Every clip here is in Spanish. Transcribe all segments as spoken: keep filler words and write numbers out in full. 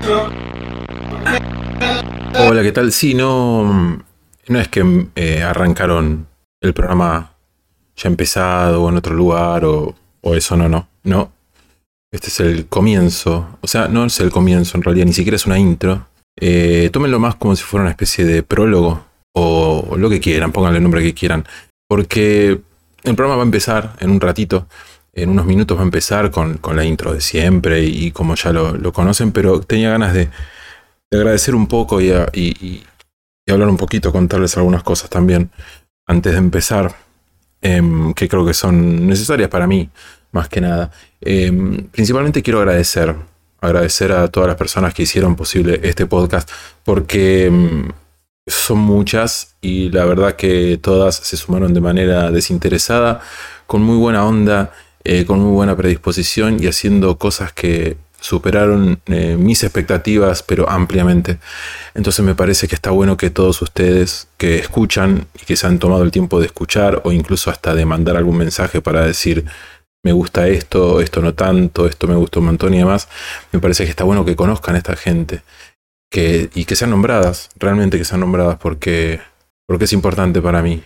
Hola, ¿qué tal? Sí, no, no es que eh, arrancaron el programa ya empezado o en otro lugar o, o eso, no, no, no. Este es el comienzo, o sea, no es el comienzo en realidad, ni siquiera es una intro. Eh, tómenlo más como si fuera una especie de prólogo o, o lo que quieran, pónganle el nombre que quieran, porque el programa va a empezar en un ratito. En unos minutos va a empezar con, con la intro de siempre y, y como ya lo, lo conocen, pero tenía ganas de, de agradecer un poco y, a, y, y, y hablar un poquito, contarles algunas cosas también antes de empezar, eh, que creo que son necesarias para mí, más que nada. Eh, principalmente quiero agradecer, agradecer a todas las personas que hicieron posible este podcast, porque eh, son muchas y la verdad que todas se sumaron de manera desinteresada, con muy buena onda, eh, con muy buena predisposición y haciendo cosas que superaron eh, mis expectativas, pero ampliamente. Entonces me parece que está bueno que todos ustedes que escuchan y que se han tomado el tiempo de escuchar o incluso hasta de mandar algún mensaje para decir me gusta esto, esto no tanto, esto me gustó un montón y demás, me parece que está bueno que conozcan a esta gente que, y que sean nombradas, realmente que sean nombradas porque, porque es importante para mí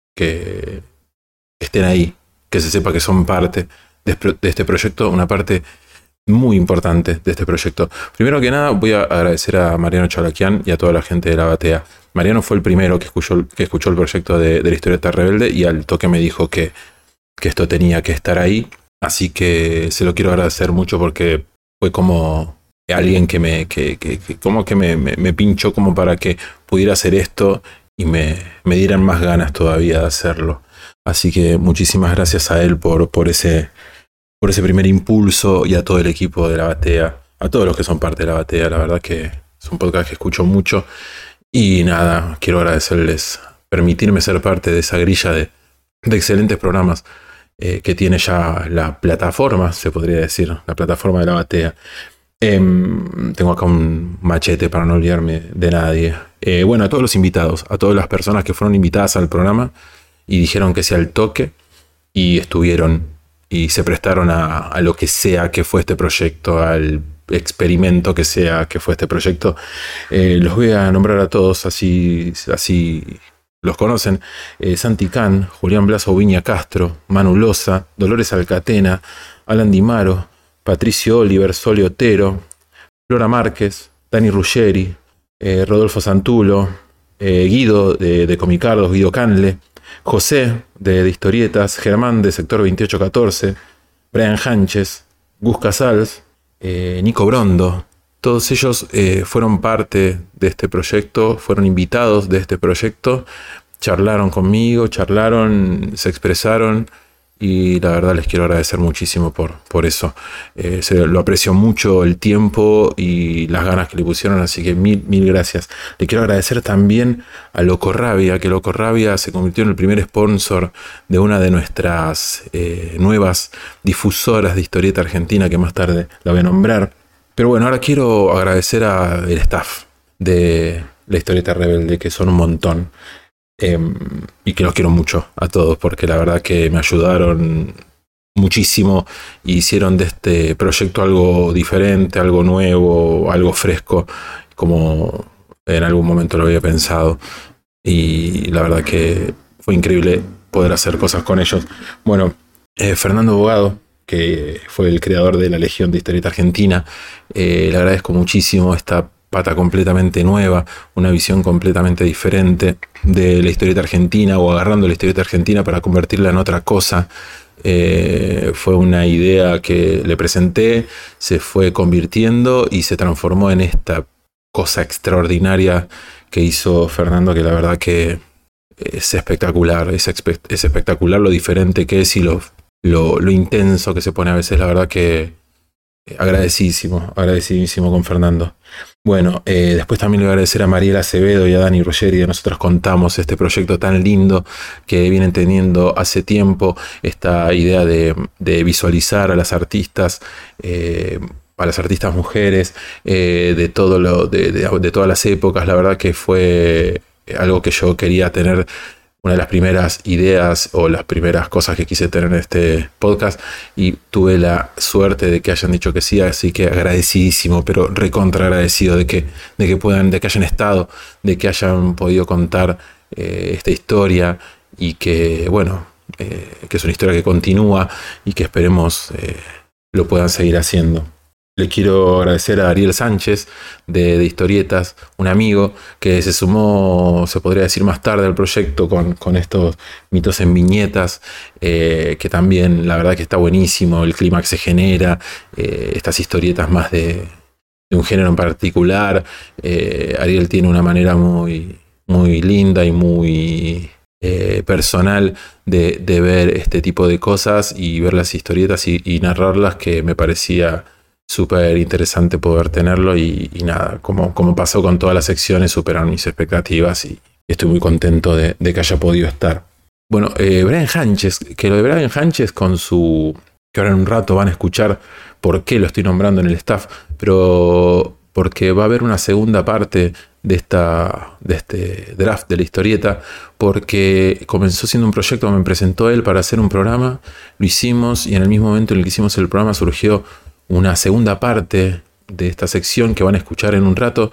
que estén ahí, que se sepa que son parte de, de este proyecto, una parte muy importante de este proyecto. Primero que nada voy a agradecer a Mariano Chalaquian y a toda la gente de La Batea. Mariano fue el primero que escuchó, que escuchó el proyecto de, de la historieta rebelde y al toque me dijo que, que esto tenía que estar ahí, así que se lo quiero agradecer mucho porque fue como alguien que me, que, que, que como que me, me, me pinchó como para que pudiera hacer esto y me, me dieran más ganas todavía de hacerlo. Así que muchísimas gracias a él por, por ese por ese primer impulso y a todo el equipo de La Batea, a todos los que son parte de La Batea. La verdad que es un podcast que escucho mucho y nada, quiero agradecerles permitirme ser parte de esa grilla de, de excelentes programas eh, que tiene ya la plataforma, se podría decir, la plataforma de La Batea. Eh, tengo acá un machete para no olvidarme de nadie. Eh, bueno, a todos los invitados, a todas las personas que fueron invitadas al programa y dijeron que sea el toque y estuvieron y se prestaron a, a lo que sea que fue este proyecto, al experimento que sea que fue este proyecto. Eh, los voy a nombrar a todos, así, así los conocen. Eh, Santi Can, Julián Blaso Viña Castro, Manu Loza, Dolores Alcatena, Alan Di Maro, Patricio Oliver, Soli Otero, Flora Márquez, Dani Ruggeri, eh, Rodolfo Santulo, eh, Guido de, de Comicardos, Guido Canle, José de, de Historietas, Germán de Sector veintiocho catorce, Brian Hanches, Gus Casals, eh, Nico Brondo. Todos ellos eh, fueron parte de este proyecto, fueron invitados de este proyecto, charlaron conmigo, charlaron, se expresaron y la verdad les quiero agradecer muchísimo por, por eso. Eh, se, lo aprecio mucho el tiempo y las ganas que le pusieron, así que mil, mil gracias. Le quiero agradecer también a Loco Rabia, que Loco Rabia se convirtió en el primer sponsor de una de nuestras eh, nuevas difusoras de historieta argentina, que más tarde la voy a nombrar. Pero bueno, ahora quiero agradecer al staff de la Historieta Rebelde, que son un montón. Eh, y que los quiero mucho a todos porque la verdad que me ayudaron muchísimo y hicieron de este proyecto algo diferente, algo nuevo, algo fresco, como en algún momento lo había pensado y la verdad que fue increíble poder hacer cosas con ellos. Bueno, eh, Fernando Bogado, que fue el creador de la Legión de Historieta Argentina, eh, le agradezco muchísimo esta pata completamente nueva, una visión completamente diferente de la historieta argentina o agarrando la historieta argentina para convertirla en otra cosa. Eh, fue una idea que le presenté, se fue convirtiendo y se transformó en esta cosa extraordinaria que hizo Fernando, que la verdad que es espectacular, es, espe- es espectacular lo diferente que es y lo, lo, lo intenso que se pone a veces, la verdad que agradecidísimo, agradecidísimo con Fernando. Bueno, eh, después también le voy a agradecer a Mariela Acevedo y a Dani Ruggeri, de Nosotros Contamos, este proyecto tan lindo que vienen teniendo hace tiempo, esta idea de, de visualizar a las artistas, eh, a las artistas mujeres, eh, de, todo lo, de, de, de todas las épocas. La verdad que fue algo que yo quería tener una de las primeras ideas o las primeras cosas que quise tener en este podcast, y tuve la suerte de que hayan dicho que sí, así que agradecidísimo, pero recontra agradecido de que, de que puedan, de que hayan estado, de que hayan podido contar eh, esta historia, y que, bueno, eh, que es una historia que continúa y que esperemos eh, lo puedan seguir haciendo. Le quiero agradecer a Ariel Sánchez de, de Historietas, un amigo que se sumó, se podría decir, más tarde al proyecto con, con estos mitos en viñetas, eh, que también la verdad que está buenísimo, el clima que se genera, eh, estas historietas más de, de un género en particular. Eh, Ariel tiene una manera muy, muy linda y muy eh, personal de, de ver este tipo de cosas y ver las historietas y, y narrarlas, que me parecía súper interesante poder tenerlo, y, y nada, como, como pasó con todas las secciones, superaron mis expectativas y estoy muy contento de, de que haya podido estar. Bueno, eh, Brian Hanches, que lo de Brian Hanches con su... que ahora en un rato van a escuchar por qué lo estoy nombrando en el staff, pero porque va a haber una segunda parte de, esta, de este draft de la historieta, porque comenzó siendo un proyecto, me presentó él para hacer un programa, lo hicimos, y en el mismo momento en el que hicimos el programa surgió una segunda parte de esta sección que van a escuchar en un rato,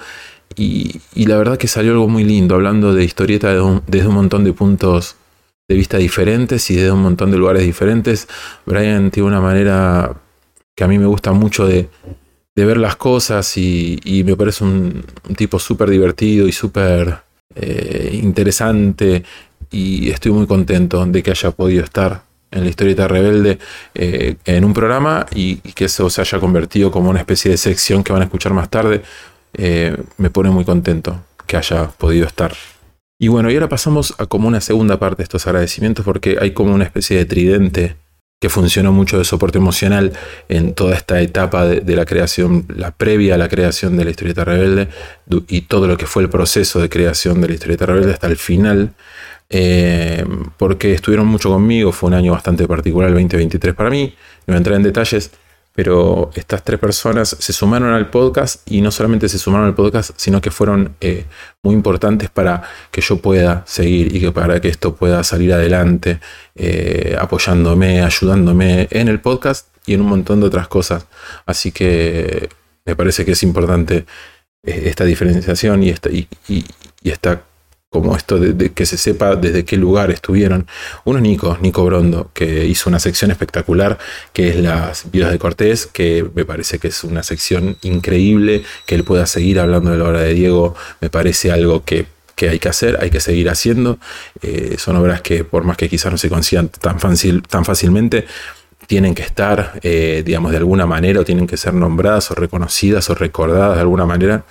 y, y la verdad que salió algo muy lindo, hablando de historieta desde un, desde un montón de puntos de vista diferentes y desde un montón de lugares diferentes. Brian tiene una manera que a mí me gusta mucho de, de ver las cosas, y, y me parece un, un tipo súper divertido y súper eh, interesante, y estoy muy contento de que haya podido estar en la Historieta Rebelde eh, en un programa, y, y que eso se haya convertido como una especie de sección que van a escuchar más tarde. Eh, me pone muy contento que haya podido estar. Y bueno, y ahora pasamos a como una segunda parte de estos agradecimientos, porque hay como una especie de tridente que funcionó mucho de soporte emocional en toda esta etapa de, de la creación, la previa a la creación de la Historieta Rebelde, y todo lo que fue el proceso de creación de la Historieta Rebelde hasta el final. Eh, porque estuvieron mucho conmigo, fue un año bastante particular el veinte veintitrés para mí, no voy a entrar en detalles, pero estas tres personas se sumaron al podcast, y no solamente se sumaron al podcast, sino que fueron eh, muy importantes para que yo pueda seguir y que para que esto pueda salir adelante, eh, apoyándome, ayudándome en el podcast y en un montón de otras cosas. Así que me parece que es importante eh, esta diferenciación y esta, y, y, y esta como esto de, de que se sepa desde qué lugar estuvieron. Uno es Nico, Nico Brondo, que hizo una sección espectacular, que es las vidas de Cortés, que me parece que es una sección increíble, que él pueda seguir hablando de la obra de Diego, me parece algo que, que hay que hacer, hay que seguir haciendo. Eh, son obras que, por más que quizás no se consigan tan, fácil, tan fácilmente, tienen que estar, eh, digamos, de alguna manera, o tienen que ser nombradas o reconocidas o recordadas de alguna manera,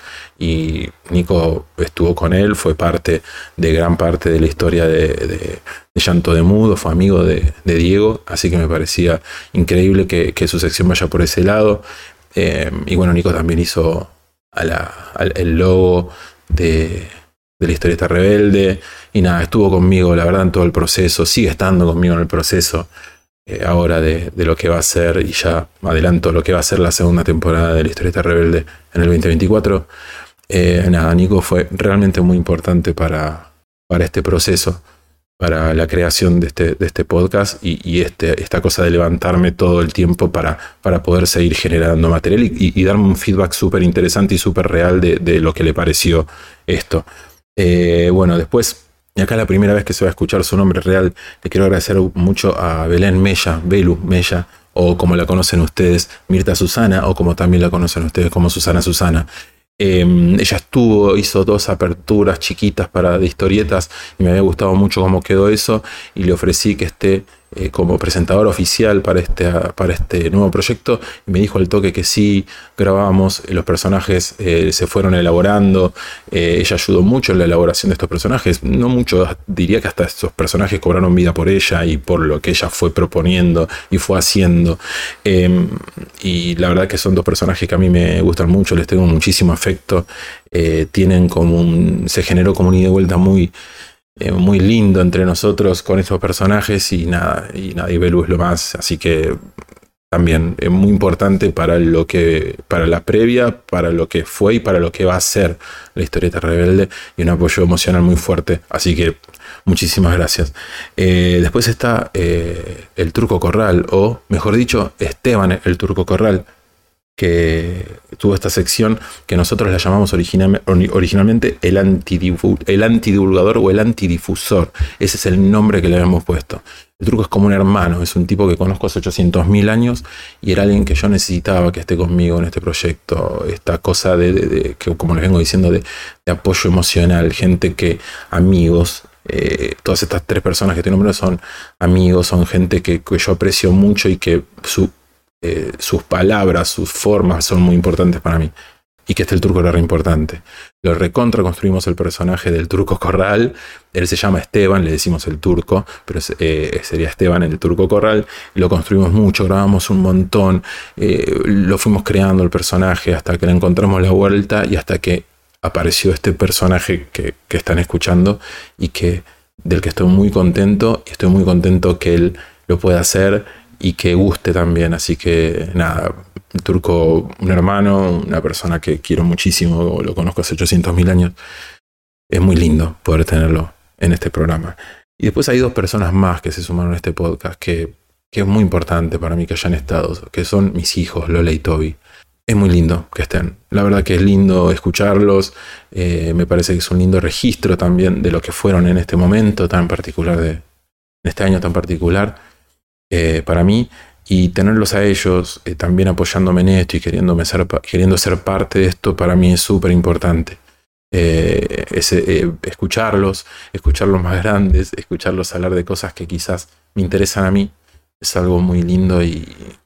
y Nico estuvo con él, fue parte de gran parte de la historia de, de, de Llanto de Mudo, fue amigo de, de Diego, así que me parecía increíble que, que su sección vaya por ese lado. Eh, y bueno, Nico también hizo a la, al, el logo de, de la Historieta Rebelde, y nada, estuvo conmigo, la verdad, en todo el proceso, sigue estando conmigo en el proceso ahora de, de lo que va a ser, y ya adelanto lo que va a ser la segunda temporada de la Historieta Rebelde en el veinte veinticuatro. Eh, nada, Nico fue realmente muy importante para, para este proceso, para la creación de este, de este podcast, y, y este, esta cosa de levantarme todo el tiempo para, para poder seguir generando material y, y, y darme un feedback súper interesante y súper real de, de lo que le pareció esto. Eh, bueno, después... Y acá la primera vez que se va a escuchar su nombre real, le quiero agradecer mucho a Belén Mella, Belu Mella, o como la conocen ustedes, Mirta Susana, o como también la conocen ustedes como Susana Susana. Eh, ella estuvo, hizo dos aperturas chiquitas para de historietas, y me había gustado mucho cómo quedó eso, y le ofrecí que esté eh, como presentador oficial para este, para este nuevo proyecto, y me dijo al toque que sí. Grabamos, los personajes eh, se fueron elaborando, eh, ella ayudó mucho en la elaboración de estos personajes, no mucho, diría que hasta estos personajes cobraron vida por ella y por lo que ella fue proponiendo y fue haciendo, eh, y la verdad que son dos personajes que a mí me gustan mucho, les tengo muchísimo afecto, eh, tienen como un, se generó como un ida y vuelta muy Eh, muy lindo entre nosotros con estos personajes, y nada, y nada, y Belu es lo más, así que también es muy importante para lo que, para la previa, para lo que fue y para lo que va a ser la Historieta Rebelde, y un apoyo emocional muy fuerte, así que Muchísimas gracias. Eh, después está eh, el Turco Corral, o mejor dicho, Esteban el Turco Corral, que tuvo esta sección que nosotros la llamamos original, originalmente el, antidivu, el antidivulgador o el antidifusor. Ese es el nombre que le habíamos puesto. El Turco es como un hermano, es un tipo que conozco hace ochocientos mil años y era alguien que yo necesitaba que esté conmigo en este proyecto. Esta cosa de, de, de que, como les vengo diciendo, de, de apoyo emocional, gente que, amigos. Eh, todas estas tres personas que estoy nombrando son amigos, son gente que, que yo aprecio mucho y que su Eh, sus palabras, sus formas son muy importantes para mí. Y que este el Turco era re importante. Lo recontra construimos el personaje del Turco Corral. Él se llama Esteban, le decimos el Turco, pero eh, sería Esteban el Turco Corral. Lo construimos mucho, grabamos un montón. Eh, lo fuimos creando el personaje hasta que le encontramos la vuelta y hasta que apareció este personaje que, que están escuchando y que, del que estoy muy contento. Y estoy muy contento que él lo pueda hacer y que guste también. Así que nada, el Turco, un hermano, una persona que quiero muchísimo, lo conozco hace ochocientos mil años. Es muy lindo poder tenerlo en este programa. Y después hay dos personas más que se sumaron a este podcast que, que es muy importante para mí que hayan estado, que son mis hijos, Lola y Toby. Es muy lindo que estén. La verdad que es lindo escucharlos. Eh, me parece que es un lindo registro también de lo que fueron en este momento tan particular, de, en este año tan particular. Eh, para mí, y tenerlos a ellos eh, también apoyándome en esto y queriéndome ser, queriendo ser parte de esto, para mí es súper importante. Eh, eh, escucharlos, escucharlos más grandes, escucharlos hablar de cosas que quizás me interesan a mí, es algo muy lindo y,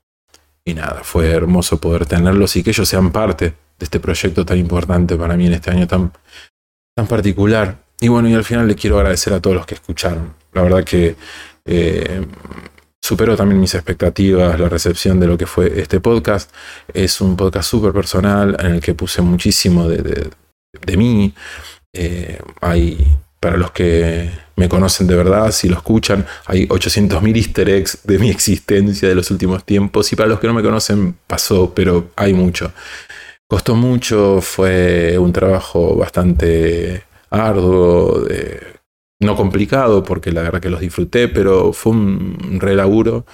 y nada, fue hermoso poder tenerlos y que ellos sean parte de este proyecto tan importante para mí en este año tan, tan particular. Y bueno, y al final le quiero agradecer a todos los que escucharon. La verdad que eh, superó también mis expectativas la recepción de lo que fue este podcast. Es un podcast súper personal en el que puse muchísimo de, de, de mí. Eh, hay, para los que me conocen de verdad, si lo escuchan, hay ochocientos mil easter eggs de mi existencia de los últimos tiempos. Y para los que no me conocen, pasó, pero hay mucho. Costó mucho, fue un trabajo bastante arduo, de, no complicado, porque la verdad que los disfruté, pero fue un re laburo.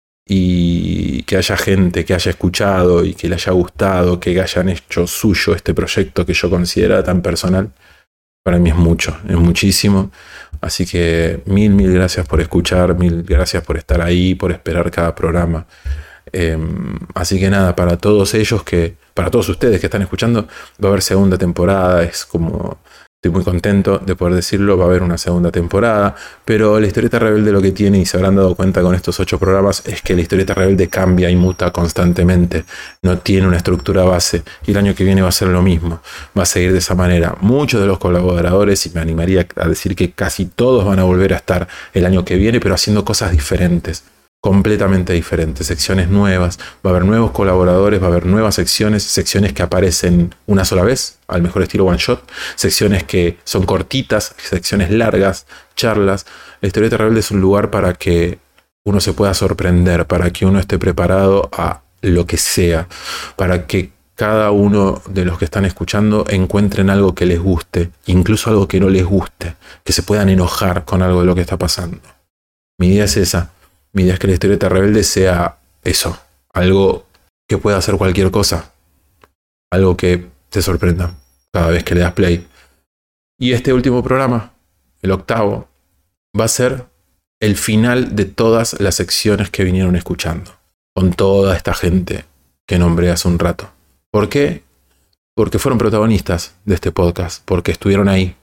Y que haya gente que haya escuchado y que le haya gustado, que hayan hecho suyo este proyecto que yo considero tan personal, para mí es mucho, es muchísimo. Así que mil, mil gracias por escuchar, mil gracias por estar ahí, por esperar cada programa. Eh, así que nada, para todos ellos que, para todos ustedes que están escuchando, va a haber segunda temporada. Es como, estoy muy contento de poder decirlo, va a haber una segunda temporada, pero la Historieta Rebelde lo que tiene, y se habrán dado cuenta con estos ocho programas, es que la Historieta Rebelde cambia y muta constantemente, no tiene una estructura base, y el año que viene va a ser lo mismo, va a seguir de esa manera. Muchos de los colaboradores, y me animaría a decir que casi todos van a volver a estar el año que viene, pero haciendo cosas diferentes, completamente diferentes, secciones nuevas, va a haber nuevos colaboradores, va a haber nuevas secciones, secciones que aparecen una sola vez, al mejor estilo one shot, secciones que son cortitas, secciones largas, charlas. La Historieta Rebelde es un lugar para que uno se pueda sorprender, para que uno esté preparado a lo que sea, para que cada uno de los que están escuchando encuentren algo que les guste, incluso algo que no les guste, que se puedan enojar con algo de lo que está pasando. Mi idea es esa. Mi idea es que la Historieta Rebelde sea eso, algo que pueda hacer cualquier cosa, algo que te sorprenda cada vez que le das play. Y este último programa, el octavo, va a ser el final de todas las secciones que vinieron escuchando, con toda esta gente que nombré hace un rato. ¿Por qué? Porque fueron protagonistas de este podcast, porque estuvieron ahí,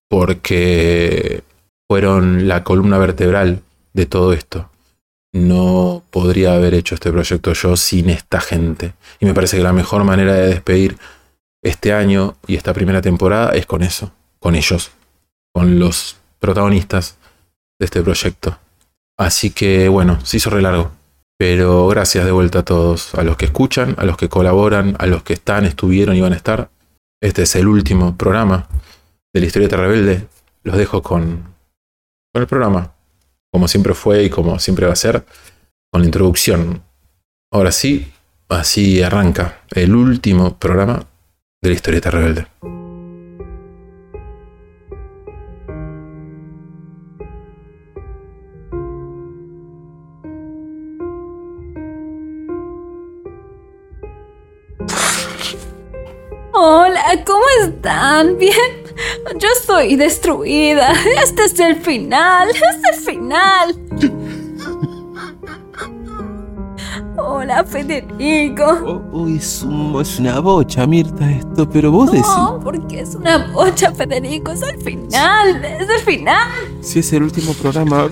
porque fueron la columna vertebral de todo esto. No podría haber hecho este proyecto yo sin esta gente. Y me parece que la mejor manera de despedir este año y esta primera temporada es con eso, con ellos, con los protagonistas de este proyecto. Así que bueno, se hizo re largo. Pero gracias de vuelta a todos, a los que escuchan, a los que colaboran, a los que están, estuvieron y van a estar. Este es el último programa de la Historieta Rebelde. Los dejo con, con el programa, como siempre fue y como siempre va a ser, con la introducción. Ahora sí, así arranca el último programa de la Historieta Rebelde. Hola, ¿cómo están? ¿Bien? Yo estoy destruida. Este es el final. Este es el final. Hola, Federico. Oh, oh, es, un, es una bocha, Mirta, esto, pero vos decís... No, porque es una bocha, Federico. Es el final. Es el final. Si es el último programa...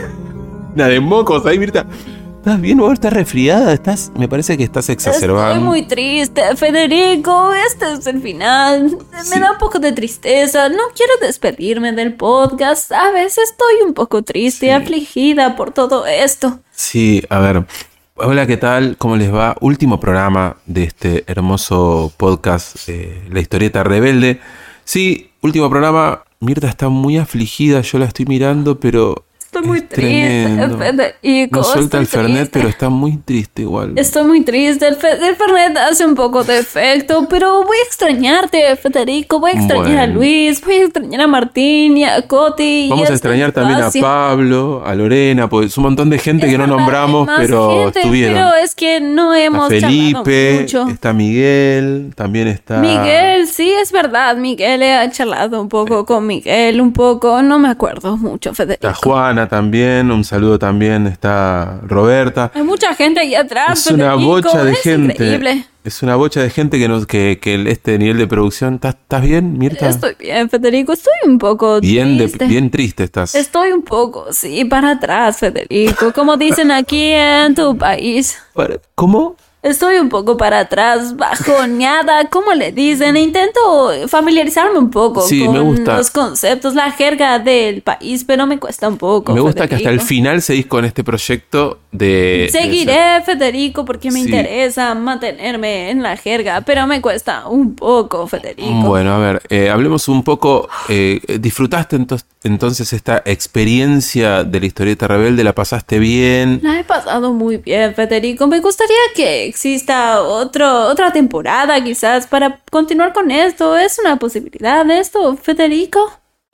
Nada de mocos ahí, Mirta. ¿Estás bien? ¿Vos estás resfriada? ¿Estás? Me parece que estás exacerbando. Estoy muy triste, Federico. Este es el final. Sí. Me da un poco de tristeza. No quiero despedirme del podcast. ¿Sabes? Estoy un poco triste y Sí. afligida por todo esto. Sí, a ver... Hola, ¿qué tal? ¿Cómo les va? Último programa de este hermoso podcast, eh, La Historieta Rebelde. Sí, último programa. Mirta está muy afligida, yo la estoy mirando, pero... Estoy muy es triste, tremendo. Federico. No suelta estoy el Fernet, triste. pero está muy triste igual. Estoy muy triste. El, fe- el Fernet hace un poco de efecto, pero voy a extrañarte, Federico. Voy a extrañar a Bueno. Luis, voy a extrañar a Martín y a Coti. y Vamos a este extrañar también a espacio. Pablo, a Lorena, pues un montón de gente Es que no verdad, nombramos, hay más pero gente, estuvieron. Pero es que no hemos Está charlado Felipe, mucho. está Miguel, también está... Miguel, sí, es verdad. Miguel, he charlado un poco con Miguel, un poco. No me acuerdo mucho, Federico. Está Juana también, un saludo también, está Roberta. Hay mucha gente ahí atrás, Es una Federico, bocha de es gente. increíble. Es una bocha de gente que nos, que, que el- este nivel de producción. ¿Estás, estás bien, Mirta? Estoy bien, Federico. Estoy un poco bien, de- triste. bien triste estás. Estoy un poco, sí, para atrás, Federico. Como dicen aquí en tu país. Para- ¿Cómo? Estoy un poco para atrás, bajoneada, ¿cómo le dicen? Intento familiarizarme un poco Sí, con me gusta. los conceptos, la jerga del país, pero me cuesta un poco. Me gusta que hasta el Federico. final seguís con este proyecto de... de ser- Seguiré, Federico, porque me Sí. interesa mantenerme en la jerga, pero me cuesta un poco, Federico. Bueno, a ver, eh, hablemos un poco. eh, ¿Disfrutaste entos- entonces esta experiencia de la historieta rebelde? ¿La pasaste bien? La he pasado muy bien, Federico. Me gustaría que exista otro, otra temporada, quizás, para continuar con esto. ¿Es una posibilidad de esto, Federico?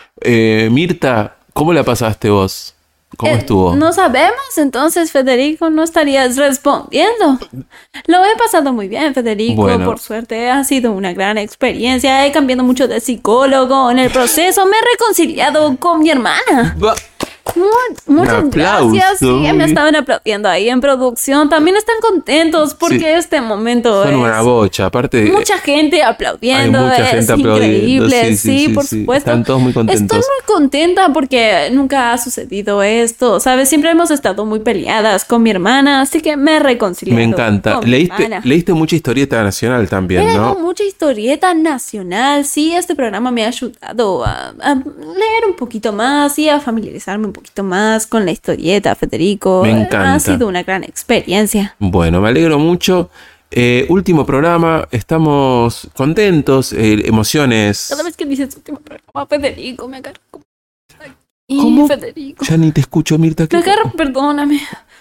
Eh, Mirta, ¿cómo la pasaste vos? ¿Cómo Eh, estuvo? No sabemos, entonces, Federico, no estarías respondiendo. Lo he pasado muy bien, Federico. Bueno. Por suerte, ha sido una gran experiencia. He cambiado mucho de psicólogo en el proceso. Me he reconciliado con mi hermana. Va- Mu- Muchas Un aplauso. gracias. Sí, me estaban aplaudiendo ahí en producción. También están contentos porque Sí. este momento Son es una bocha, aparte... mucha gente aplaudiendo. Hay mucha es gente aplaudiendo, increíble. sí, Sí, sí, sí, por sí. supuesto. Están todos muy contentos. Estoy muy contenta porque nunca ha sucedido esto. ¿Sabes? Siempre hemos estado muy peleadas con mi hermana, así que me he reconciliado. Me encanta. con mi Leíste, hermana. leíste mucha historieta nacional también, Leo ¿no? mucha historieta nacional. Sí, este programa me ha ayudado a, a leer un poquito más y a familiarizarme un poquito más con la historieta, Federico. Me encanta. Ha sido una gran experiencia. Bueno, me alegro mucho. Eh, último programa, estamos contentos, eh, emociones. Cada vez que dices último programa, Federico, me agarro como... Y ¿Cómo? Federico. Ya ni te escucho, Mirta. ¿qué- Me agarro, perdóname.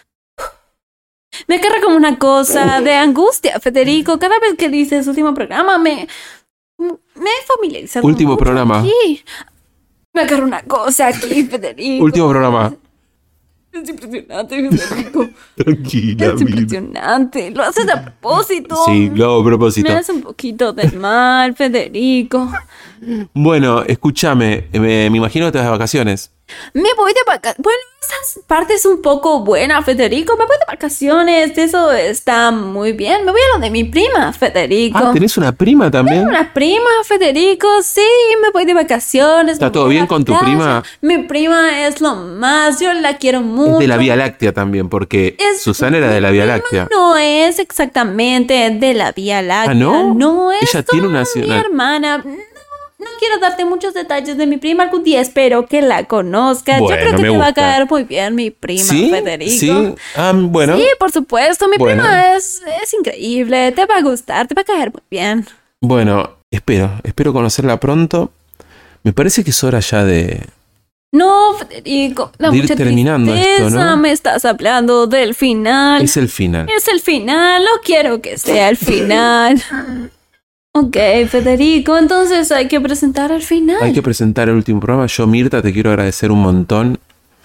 Me agarra como una cosa de angustia, Federico. Cada vez que dices último programa, me... Me he familiarizado Último mucho programa. aquí. Me agarra una cosa aquí, Federico. Último programa. Es impresionante, Federico. Tranquila, Es impresionante. Lo haces a propósito. Sí, lo hago a propósito. Me hace un poquito de mal, Federico. Bueno, escúchame, eh, me, me imagino que te vas de vacaciones. Me voy de vacaciones. Bueno, esa parte es un poco buena, Federico. Me voy de vacaciones. Eso está muy bien. Me voy a lo de mi prima, Federico. Ah, ¿tenés una prima también? Tengo una prima, Federico. Sí, me voy de vacaciones. ¿Está me todo voy a bien la con tu playa. prima? Mi prima es lo más. Yo la quiero mucho. Es de la Vía Láctea también, porque Es- Susana era de la Vía mi Láctea. prima no es exactamente de la Vía Láctea. ¿Ah, no? No es Ella tiene una mi ciudad- hermana. No, no quiero darte muchos detalles de mi prima. Algún día espero que la conozcas. Yo Bueno, creo que me te va a gusta. caer muy bien mi prima, ¿Sí? Federico. Sí. Ah, bueno. Sí, por supuesto. Mi Bueno. prima es, es increíble. Te va a gustar. Te va a caer muy bien. Bueno, espero, espero conocerla pronto. Me parece que es hora ya de... No, Federico. Da De ir mucha terminando esto, tristeza. ¿no? Me estás hablando del final. Es el final. Es el final, no quiero que sea el final. Ok, Federico, entonces hay que presentar el final. Hay que presentar el último programa. Yo, Mirta, te quiero agradecer un montón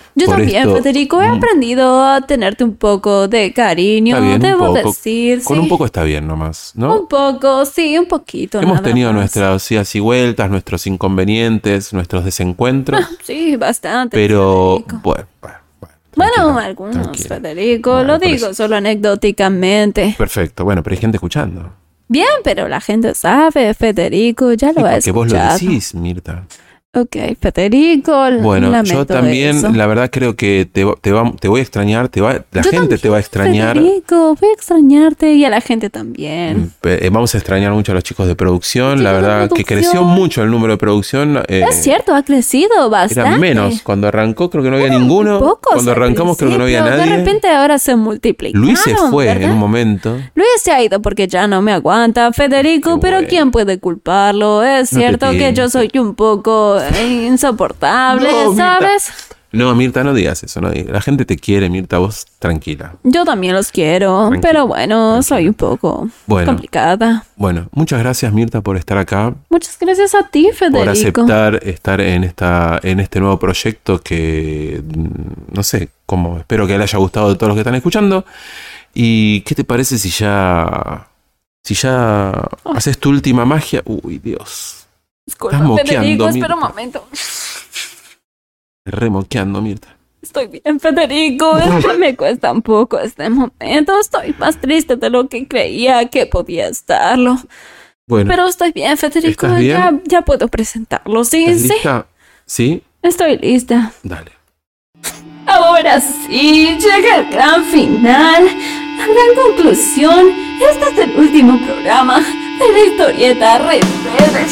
Yo Por también, esto- Federico, he Mm. aprendido a tenerte un poco de cariño, Está bien, debo un poco. decir. Con sí. un poco está bien nomás, ¿no? Un poco, sí, un poquito. Hemos nada tenido más. nuestras idas y vueltas, nuestros inconvenientes, nuestros desencuentros, Sí, bastante. pero Federico. bueno, bueno, bueno. Bueno, tranquila, algunos, tranquila. Federico, Bueno, lo por digo eso. solo anecdóticamente. Perfecto, bueno, pero hay gente escuchando. Bien, pero la gente sabe, Federico, ya Sí, lo ha porque vos lo escuchado. decís, Mirta. Ok, Federico, Bueno, lamento yo también, eso. la verdad, creo que te, va- te, va- te voy a extrañar, te va, la Yo gente te va a también, extrañar. Federico, voy a extrañarte y a la gente también. Pe- eh, Vamos a extrañar mucho a los chicos de producción. Chicos La de verdad que producción. creció mucho el número de producción. eh, Es cierto, ha crecido bastante. Eran menos. Cuando arrancó creo que no había Eran ninguno. pocos Cuando al arrancamos creo que no había principio, nadie. De repente ahora se multiplicaron. Luis se fue ¿verdad? en un momento. Luis se ha ido porque ya no me aguanta, Federico, Qué pero bueno. ¿quién puede culparlo? Es No te cierto que tienes yo que- soy un poco eh, insoportable, No, Mirta. ¿sabes? No, Mirta, no digas eso. No digas. La gente te quiere, Mirta, vos tranquila. Yo también los quiero, Tranquila, pero bueno, tranquila. soy un poco Bueno. complicada. Bueno, muchas gracias, Mirta, por estar acá. Muchas gracias a ti, Federico. Por aceptar estar en esta en este nuevo proyecto que mm, no sé cómo, espero que le haya gustado a todos los que están escuchando. ¿Y qué te parece si ya si ya haces tu última magia? Uy, Dios. Disculpa, estás moqueando, Federico, espera un Mirta. momento. Remoqueando, Mirta. Estoy bien, Federico. Es que me cuesta un poco este momento. Estoy más triste de lo que creía que podía estarlo. Bueno, Pero estoy bien, Federico. ¿Estás bien? Ya, ya puedo presentarlo. Sí, ¿estás sí. lista? ¿Sí? Estoy lista. Dale. Ahora sí, llega el gran final. La gran conclusión. Este es el último programa de la historieta Rebeldes.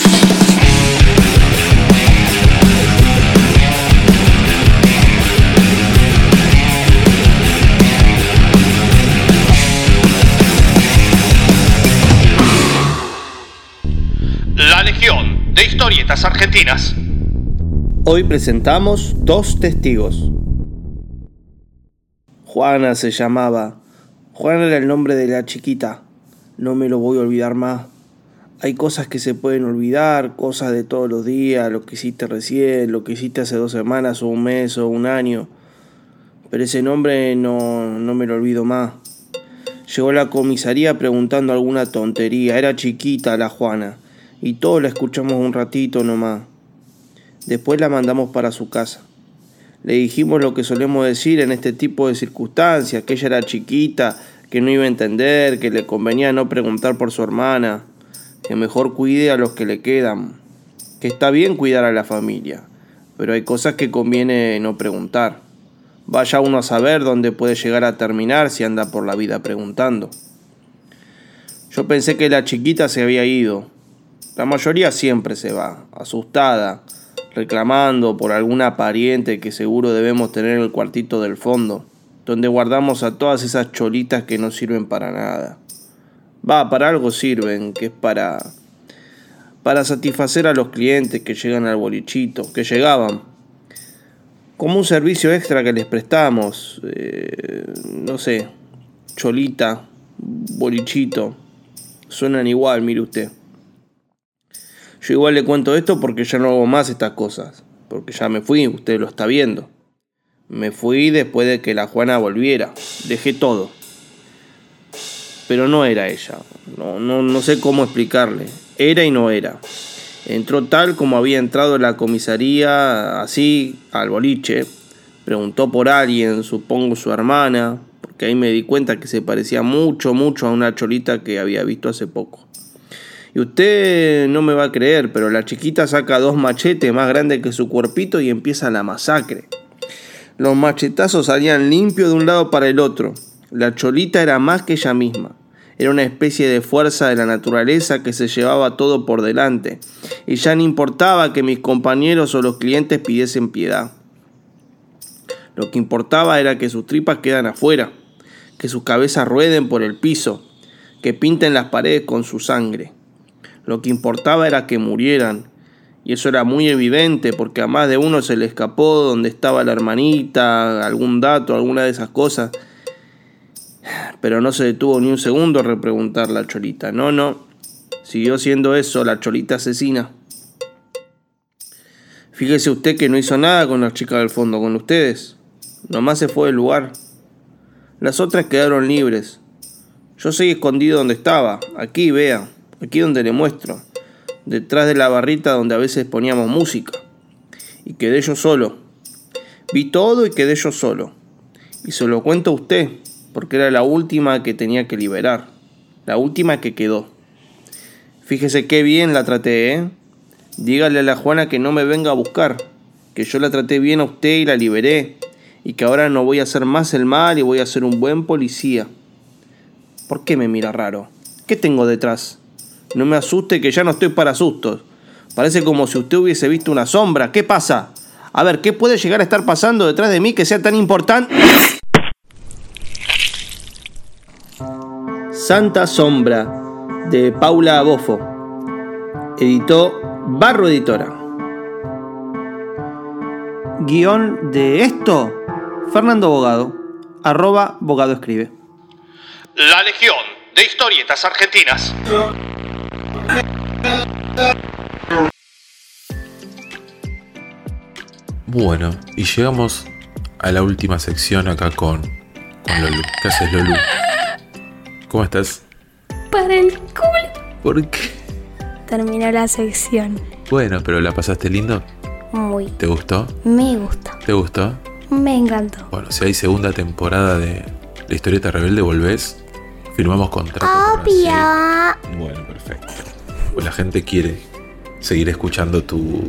La Legión de Historietas Argentinas. Hoy presentamos dos testigos. Juana se llamaba. Juana era el nombre de la chiquita. No me lo voy a olvidar más. Hay cosas que se pueden olvidar, cosas de todos los días, lo que hiciste recién, lo que hiciste hace dos semanas o un mes o un año. Pero ese nombre no, no me lo olvido más. Llegó a la comisaría preguntando alguna tontería. Era chiquita la Juana. Y todos la escuchamos un ratito nomás. Después la mandamos para su casa. Le dijimos lo que solemos decir en este tipo de circunstancias, que ella era chiquita, que no iba a entender, que le convenía no preguntar por su hermana, que mejor cuide a los que le quedan, que está bien cuidar a la familia, pero hay cosas que conviene no preguntar. Vaya uno a saber dónde puede llegar a terminar si anda por la vida preguntando. Yo pensé que la chiquita se había ido. La mayoría siempre se va, asustada, reclamando por alguna pariente que seguro debemos tener en el cuartito del fondo, donde guardamos a todas esas cholitas que no sirven para nada. Va, para algo sirven, que es para, para satisfacer a los clientes que llegan al bolichito, que llegaban. Como un servicio extra que les prestamos, eh, no sé, cholita, bolichito, suenan igual, mire usted. Yo igual le cuento esto porque ya no hago más estas cosas. Porque ya me fui, usted lo está viendo. Me fui después de que la Juana volviera. Dejé todo. Pero no era ella. No, no, no sé cómo explicarle. Era y no era. Entró tal como había entrado en la comisaría, así, al boliche. Preguntó por alguien, supongo su hermana. Porque ahí me di cuenta que se parecía mucho, mucho a una cholita que había visto hace poco. Y usted no me va a creer, pero la chiquita saca dos machetes más grandes que su cuerpito y empieza la masacre. Los machetazos salían limpios de un lado para el otro. La cholita era más que ella misma. Era una especie de fuerza de la naturaleza que se llevaba todo por delante. Y ya no importaba que mis compañeros o los clientes pidiesen piedad. Lo que importaba era que sus tripas quedan afuera, que sus cabezas rueden por el piso, que pinten las paredes con su sangre. Lo que importaba era que murieran, y eso era muy evidente porque a más de uno se le escapó dónde estaba la hermanita, algún dato, alguna de esas cosas. Pero no se detuvo ni un segundo a repreguntar la cholita. No, no, siguió siendo eso, la cholita asesina. Fíjese usted que no hizo nada con la chica del fondo, con ustedes. nomás se fue del lugar. Las otras quedaron libres. Yo seguí escondido donde estaba, aquí, vea, aquí donde le muestro, detrás de la barrita donde a veces poníamos música. Y quedé yo solo. Vi todo y quedé yo solo. Y se lo cuento a usted, porque era la última que tenía que liberar, la última que quedó. Fíjese qué bien la traté, ¿eh? Dígale a la Juana que no me venga a buscar, que yo la traté bien a usted y la liberé, y que ahora no voy a hacer más el mal y voy a ser un buen policía. ¿Por qué me mira raro? ¿Qué tengo detrás? No me asuste que ya no estoy para sustos. Parece como si usted hubiese visto una sombra. ¿Qué pasa? A ver, ¿qué puede llegar a estar pasando detrás de mí que sea tan importante? Santa Sombra, de Paula Bofo. Editó Barro Editora. Guión de esto, Fernando Bogado, arroba Bogado Escribe. La Legión de Historietas Argentinas. Bueno, y llegamos a la última sección acá con, con Lolu. ¿Qué haces, Lolu? ¿Cómo estás? Para el culo. ¿Por qué? Terminó la sección. Bueno, pero ¿la pasaste lindo? Muy. ¿Te gustó? Me gustó. ¿Te gustó? Me encantó. Bueno, si hay segunda temporada de La Historieta Rebelde, volvés. Firmamos contrato. Obvio. Bueno, perfecto. Pues la gente quiere seguir escuchando tu,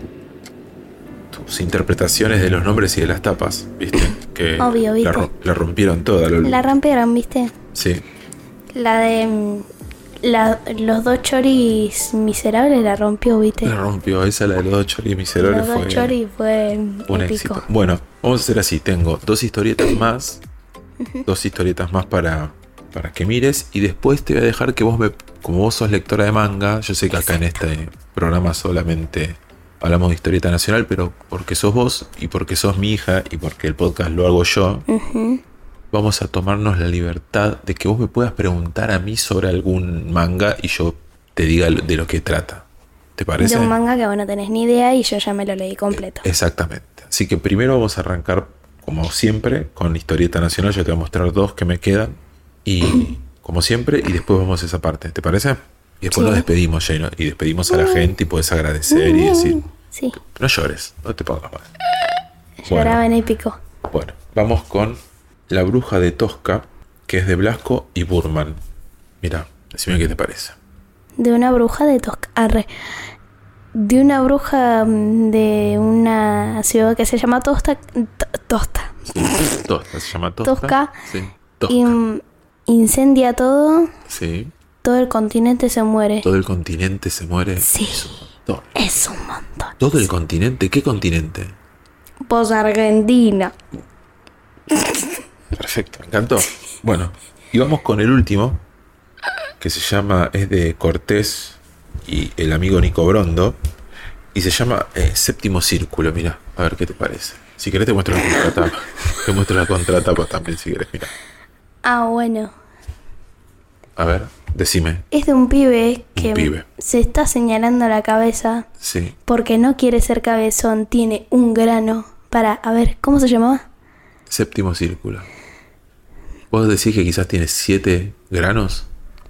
tus interpretaciones de los nombres y de las tapas, ¿viste? Que Obvio, ¿viste? La, la rompieron toda, Lolo. La rompieron, ¿viste? Sí. La de... mm, La, los dos choris miserables la rompió, ¿viste? La rompió. Esa, la de los dos choris miserables, Los dos fue choris fue un épico. éxito. Bueno, vamos a hacer así. Tengo dos historietas más. Dos historietas más para, para que mires. Y después te voy a dejar que vos me... Como vos sos lectora de manga, yo sé que acá en este programa solamente hablamos de historieta nacional, pero porque sos vos y porque sos mi hija y porque el podcast lo hago yo, Uh-huh. vamos a tomarnos la libertad de que vos me puedas preguntar a mí sobre algún manga y yo te diga de lo que trata. ¿Te parece? De un manga que vos no tenés ni idea y yo ya me lo leí completo. Exactamente. Así que primero vamos a arrancar, como siempre, con historieta nacional. Yo te voy a mostrar dos que me quedan. Y como siempre, y después vamos a esa parte. ¿Te parece? Y después Sí. nos despedimos, Jane, y despedimos a la gente y puedes agradecer y decir, Sí, no llores, no te pongas mal. lloraba en épico. Bueno, vamos con La Bruja de Tosca, que es de Blasco y Burman. Mira, decime qué te parece. De una bruja de Tosca. Arre. De una bruja mm, de una ciudad que se llama Tosta. T- Tosta. Tosca, se llama Tosca. Tosca. Sí, Tosca. Y mm, incendia todo. Sí, Todo el continente se muere. todo el continente se muere. Sí. Es un montón. Es un montón. ¿Todo el continente? ¿Qué continente? Pues Argentina. Perfecto, me encantó. Bueno, y vamos con el último, que se llama, es de Cortés y el amigo Nico Brondo, y se llama eh, Séptimo Círculo. Mira, a ver qué te parece. Si querés te muestro la contratapa. Te muestro la contratapa también si querés, mira. Ah, bueno. A ver, decime. Es de un pibe que Un pibe. se está señalando la cabeza Sí, porque no quiere ser cabezón. Tiene un grano. Para, a ver, ¿cómo se llamaba? Séptimo Círculo. ¿Vos decís que quizás tiene siete granos?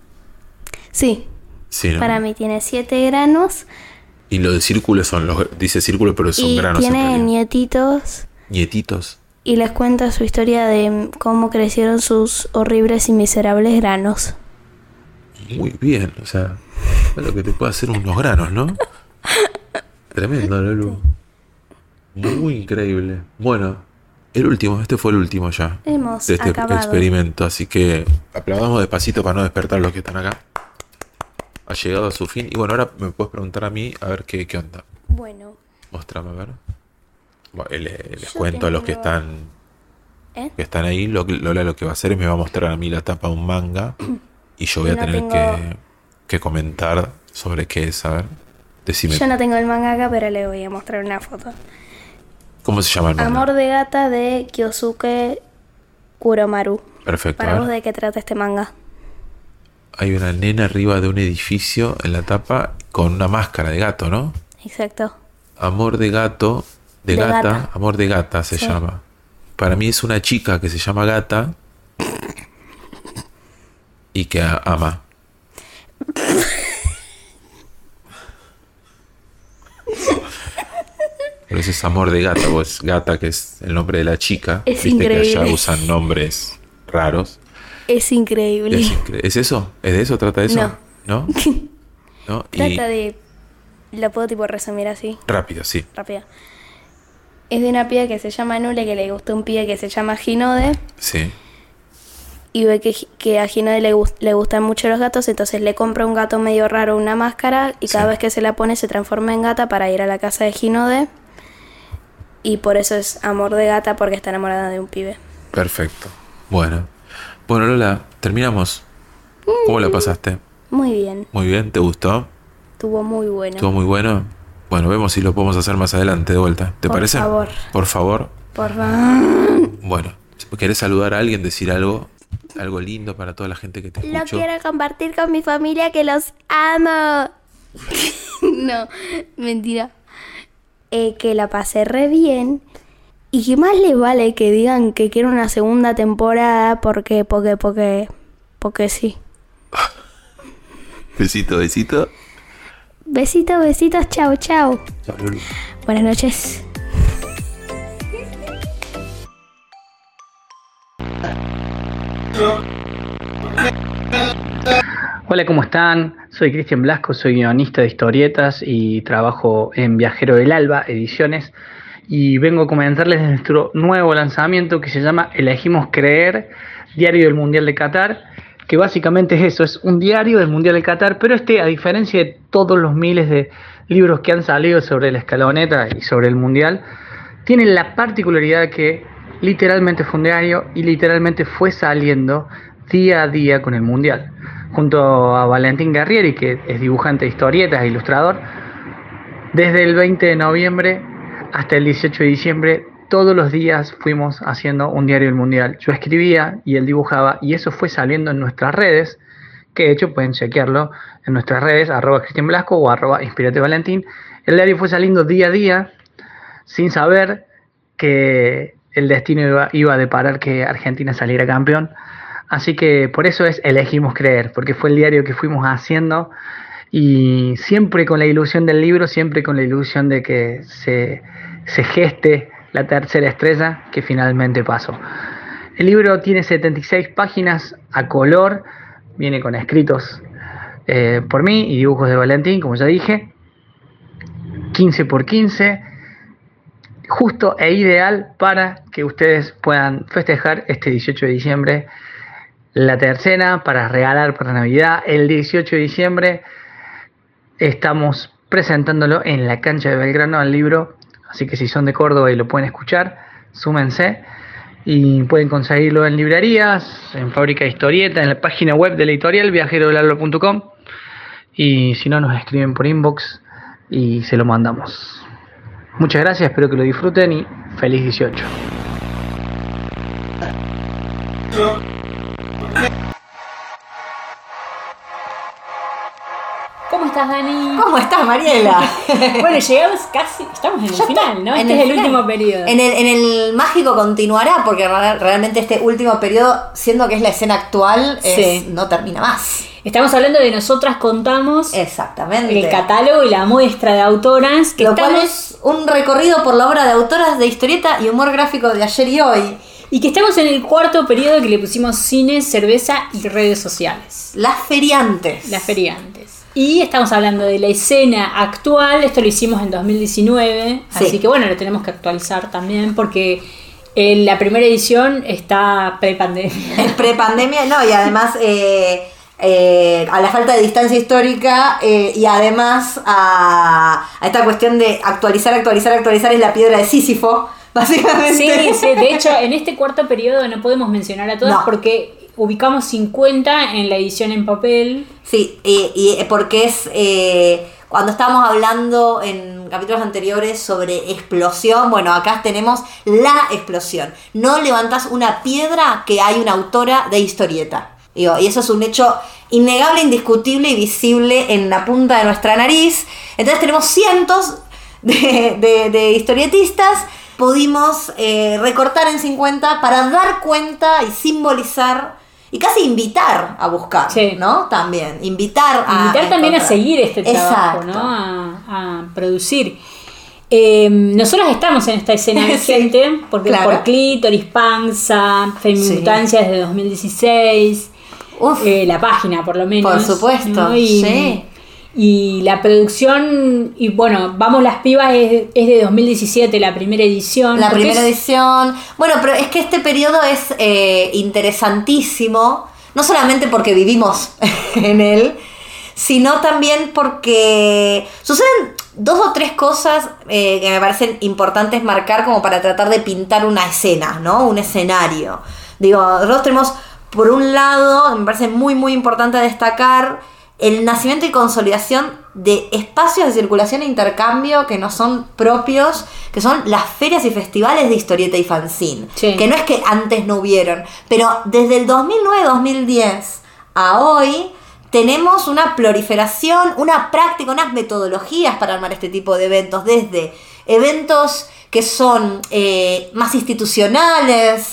Sí, Sí, ¿no? para mí tiene siete granos. Y lo de círculo son los... Dice círculo, pero son Y granos en tiene realidad. nietitos. Nietitos. Y les cuenta su historia de cómo crecieron sus horribles y miserables granos. Muy bien, o sea, es lo que te puede hacer unos granos, ¿no? Tremendo, Lolu. Muy increíble. Bueno, el último, este fue el último ya. Hemos de este acabado. experimento, así que aplaudamos despacito para no despertar a los que están acá. Ha llegado a su fin. Y bueno, ahora me puedes preguntar a mí a ver qué, qué onda. Bueno, Mostrame a ver. Bueno, eh, le- les Yo cuento a los que tengo- están ¿eh? que están ahí. Lo, que- Lola lo que va a hacer es me va a mostrar a mí la tapa de un manga. Y yo voy a No tener tengo- que, que comentar sobre qué es. A ver, decime. Yo no tengo el manga acá, pero le voy a mostrar una foto. ¿Cómo se llama el manga? Amor de gata de Kyosuke Kuromaru. Perfecto. Para a vos, ver. ¿de qué trata este manga? Hay una nena arriba de un edificio en la tapa con una máscara de gato, ¿no? Exacto. Amor de gato, de, De gata, gata. amor de gata se Sí. llama. para mí es una chica que se llama Gata y que a- ama. Pero ese es amor de gata, pues Gata, que es el nombre de la chica. Es Viste increíble. que allá usan nombres raros. Es increíble. Es, incre- ¿Es eso? ¿Es de eso? ¿Trata de eso? No. ¿No? ¿No? Y Trata de... Lo puedo tipo resumir así, rápido, sí. rápido. Es de una piba que se llama Nule, que le gustó un pibe que se llama Ginode. Sí. Y ve que, que a Ginode le, gus- le gustan mucho los gatos, entonces le compra un gato medio raro, una máscara, y cada Sí. vez que se la pone se transforma en gata para ir a la casa de Ginode. Y por eso es amor de gata, porque está enamorada de un pibe. Perfecto. Bueno. Bueno, Lola, terminamos. ¿Cómo la pasaste? Muy bien, Muy bien, ¿te gustó? estuvo muy bueno. ¿Estuvo muy bueno? Bueno, vemos si lo podemos hacer más adelante de vuelta. ¿Te Por parece? favor. Por favor. Por favor. Bueno, ¿querés saludar a alguien, decir algo? Algo lindo para toda la gente que te Lo escuchó. quiero compartir con mi familia, que los amo. No, mentira. Eh, que la pasé re bien. Y que más les vale que digan que quiero una segunda temporada porque, porque, porque, porque sí. Besito, besito. Besitos, besitos, chau, chau. Chao, Lulu. Buenas noches. Hola, ¿cómo están? Soy Cristian Blasco, soy guionista de historietas y trabajo en Viajero del Alba Ediciones, y vengo a comentarles de nuestro nuevo lanzamiento que se llama Elegimos Creer, Diario del Mundial de Qatar, que básicamente es eso, es un diario del Mundial de Qatar, pero este, a diferencia de todos los miles de libros que han salido sobre la escaloneta y sobre el Mundial, tiene la particularidad que literalmente fue un diario y literalmente fue saliendo día a día con el Mundial. Junto a Valentín Guerrieri, que es dibujante de historietas e ilustrador, desde el veinte de noviembre hasta el dieciocho de diciembre, todos los días fuimos haciendo un diario del Mundial. Yo escribía y él dibujaba, y eso fue saliendo en nuestras redes, que de hecho pueden chequearlo en nuestras redes, arroba Cristian Blasco o arroba Inspirate Valentín. El diario fue saliendo día a día, sin saber que el destino iba, iba a deparar que Argentina saliera campeón. Así que por eso es Elegimos Creer, porque fue el diario que fuimos haciendo, y siempre con la ilusión del libro, siempre con la ilusión de que se, se geste la tercera estrella que finalmente pasó. El libro tiene setenta y seis páginas a color, viene con escritos eh, por mí y dibujos de Valentín, como ya dije, quince por quince, justo e ideal para que ustedes puedan festejar este dieciocho de diciembre la tercera, para regalar para Navidad. El dieciocho de diciembre estamos presentándolo en la cancha de Belgrano al libro, así que si son de Córdoba y lo pueden escuchar, súmense, y pueden conseguirlo en librerías, en Fábrica de Historieta, en la página web de la editorial viajero del alba punto com, y si no, nos escriben por inbox y se lo mandamos. Muchas gracias, espero que lo disfruten y feliz dieciocho. ¿Cómo estás, Dani? ¿Cómo estás, Mariela? Bueno, llegamos casi, estamos en el Ya final, está, ¿no? en Este el es el final. último periodo. En el, en el mágico continuará, porque re- realmente este último periodo, siendo que es la escena actual, es- Sí. no termina más. Estamos hablando de Nosotras Contamos, Exactamente. el catálogo y la muestra de autoras, que Lo cual estamos, es un recorrido por la obra de autoras de historieta y humor gráfico de ayer y hoy. y que estamos en el cuarto periodo que le pusimos cine, cerveza y redes sociales. Las feriantes. Las feriantes. Y estamos hablando de la escena actual, esto lo hicimos en dos mil diecinueve, Sí. así que bueno, lo tenemos que actualizar también porque eh, la primera edición está pre-pandemia. Es pre-pandemia, no, y además eh, eh, a la falta de distancia histórica eh, y además a, a esta cuestión de actualizar, actualizar, actualizar es la piedra de Sísifo, básicamente. Sí, sí, de hecho en este cuarto periodo no podemos mencionar a todas No. porque ubicamos cincuenta en la edición en papel. Sí, y, y porque es eh, cuando estábamos hablando en capítulos anteriores sobre explosión, bueno, acá tenemos la explosión. No levantás una piedra que hay una autora de historieta. Digo, y eso es un hecho innegable, indiscutible y visible en la punta de nuestra nariz. Entonces tenemos cientos de, de, de historietistas pudimos eh, recortar en cincuenta para dar cuenta y simbolizar y casi invitar a buscar, sí. ¿no? También, invitar a... Invitar también a seguir este trabajo, Exacto. ¿no? A, a producir. Eh, nosotros estamos en esta escena vigente, sí, porque claro. por Clítoris, Panza, Femimutancia sí. desde dos mil dieciséis, eh, la página por lo menos. Por supuesto, ¿no? y, sí. Y la producción, y bueno, Vamos las Pibas es, es de dos mil diecisiete, la primera edición. La primera es... edición. Bueno, pero es que este periodo es eh, interesantísimo, no solamente porque vivimos en él, sino también porque suceden dos o tres cosas eh, que me parecen importantes marcar como para tratar de pintar una escena, ¿no? Un escenario. Digo, nosotros tenemos, por un lado, me parece muy, muy importante destacar el nacimiento y consolidación de espacios de circulación e intercambio que no son propios, que son las ferias y festivales de historieta y fanzine. Sí. Que no es que antes no hubieron, pero desde el dos mil nueve dos mil diez a hoy tenemos una proliferación, una práctica, unas metodologías para armar este tipo de eventos, desde eventos que son eh, más institucionales,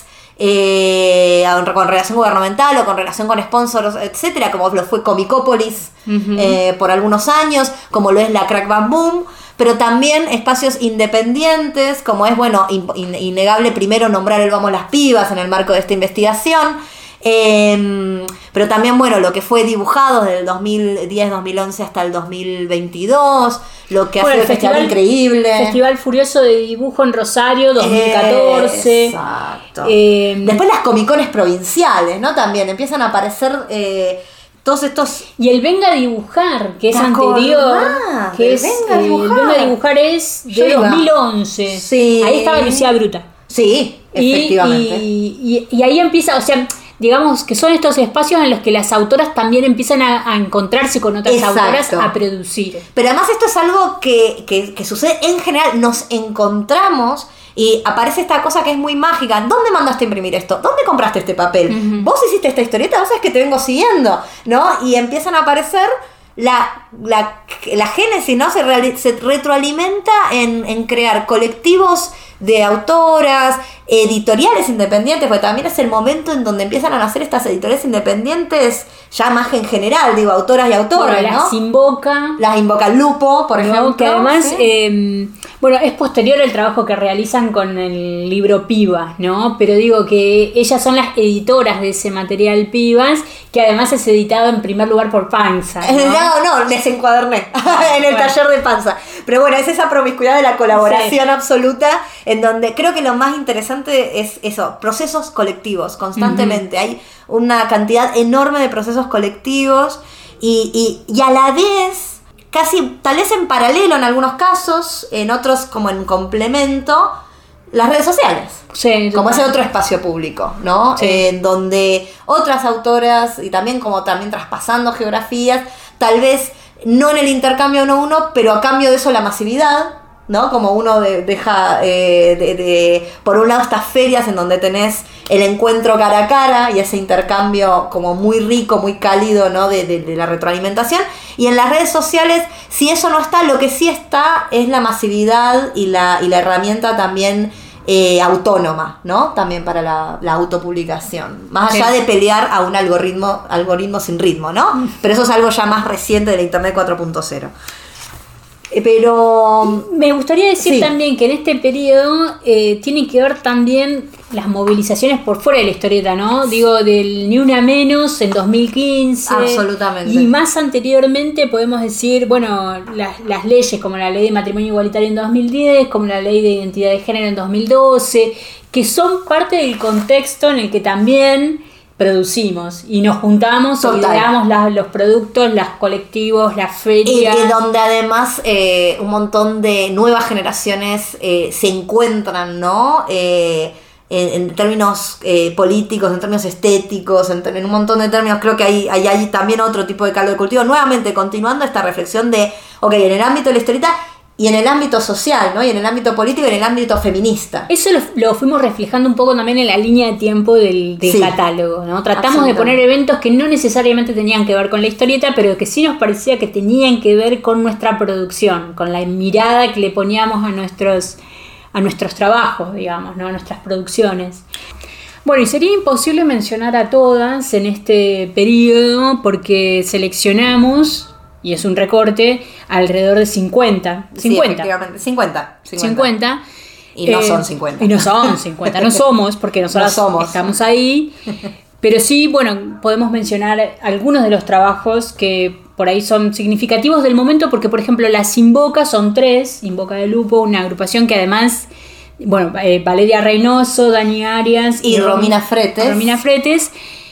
Eh, con relación gubernamental o con relación con sponsors, etcétera, como lo fue Comicópolis uh-huh. eh, por algunos años, como lo es la Crack Bam Boom, pero también espacios independientes, como es, bueno, in, in, innegable primero nombrar el Vamos las Pibas en el marco de esta investigación, eh, pero también, bueno, lo que fue dibujado desde el dos mil diez dos mil once hasta el dos mil veintidós, lo que bueno, hace el Festival, festival Increíble. Festival Furioso de Dibujo en Rosario, dos mil catorce. Exacto. Eh, Después las comicones provinciales, ¿no? También empiezan a aparecer eh, todos estos... Y el Venga a Dibujar, que es anterior. Que es, Venga a Dibujar. Eh, el Venga a Dibujar es de dos mil once. Sí. Ahí estaba Lucía Bruta. Sí, efectivamente. Y, y, y ahí empieza, o sea... Digamos que son estos espacios en los que las autoras también empiezan a, a encontrarse con otras Exacto. autoras a producir. Pero además esto es algo que, que, que sucede en general. Nos encontramos y aparece esta cosa que es muy mágica. ¿Dónde mandaste a imprimir esto? ¿Dónde compraste este papel? Uh-huh. ¿Vos hiciste esta historieta? ¿Vos sabés que te vengo siguiendo? ¿No? Y empiezan a aparecer... La, la, la génesis, ¿no? Se, reali- se retroalimenta en, en crear colectivos de autoras, editoriales independientes, porque también es el momento en donde empiezan a nacer estas editoriales independientes, ya más en general, digo, autoras y autores, bueno, ¿no? Las Invoca. Las Invoca Lupo, por no, ejemplo. Que además, ¿sí? eh, bueno, es posterior el trabajo que realizan con el libro Pibas, ¿no? Pero digo que ellas son las editoras de ese material Pibas, que además es editado en primer lugar por Panza, ¿no? No, no, les encuaderné en el bueno. taller de Panza. Pero bueno, es esa promiscuidad de la colaboración sí. absoluta, en donde creo que lo más interesante es eso, procesos colectivos, constantemente. Uh-huh. Hay una cantidad enorme de procesos colectivos y, y, y a la vez, casi tal vez en paralelo en algunos casos, en otros como en complemento, las redes sociales. Sí, como ese otro espacio público, ¿no? Sí. En donde otras autoras, y también como también traspasando geografías, tal vez no en el intercambio uno a uno, pero a cambio de eso la masividad, ¿no? Como uno de, deja, eh, de, de, por un lado estas ferias en donde tenés el encuentro cara a cara y ese intercambio como muy rico, muy cálido, ¿no? De, de, de la retroalimentación. Y en las redes sociales, si eso no está, lo que sí está es la masividad y la, y la herramienta también eh, autónoma, ¿no? También para la, la autopublicación. Más allá sí. de pelear a un algoritmo, algoritmo sin ritmo, ¿no? Pero eso es algo ya más reciente de la Internet cuatro punto cero. Pero me gustaría decir sí. también que en este periodo eh, tienen que ver también las movilizaciones por fuera de la historieta, ¿no? Digo, del Ni Una Menos en dos mil quince. Absolutamente. Y más anteriormente podemos decir, bueno, las, las leyes como la ley de matrimonio igualitario en dos mil diez, como la ley de identidad de género en dos mil doce, que son parte del contexto en el que también producimos y nos juntamos Total. y ideamos la, los productos, los colectivos, las ferias. Y, y donde además eh, un montón de nuevas generaciones eh, se encuentran, ¿no? Eh, en, en términos eh, políticos, en términos estéticos, en, en un montón de términos. Creo que hay, hay, hay también otro tipo de caldo de cultivo. Nuevamente, continuando esta reflexión de, ok, en el ámbito de la historieta y en el ámbito social, ¿no? Y en el ámbito político y en el ámbito feminista. Eso lo, lo fuimos reflejando un poco también en la línea de tiempo del, del sí, catálogo, ¿no? Tratamos de poner eventos que no necesariamente tenían que ver con la historieta, pero que sí nos parecía que tenían que ver con nuestra producción, con la mirada que le poníamos a nuestros a nuestros trabajos, digamos, ¿no? A nuestras producciones. Bueno, y sería imposible mencionar a todas en este periodo porque seleccionamos, y es un recorte, alrededor de cincuenta. cincuenta. Sí, efectivamente. cincuenta. cincuenta. Y no eh, son cincuenta. Y no son cincuenta, no somos, porque nosotros no somos. estamos ahí. Pero sí, bueno, podemos mencionar algunos de los trabajos que por ahí son significativos del momento, porque por ejemplo las Invoca son tres, Invoca de Lupo, una agrupación que además, bueno, eh, Valeria Reynoso, Dani Arias y, y Romina Fretes. Romina Fretes,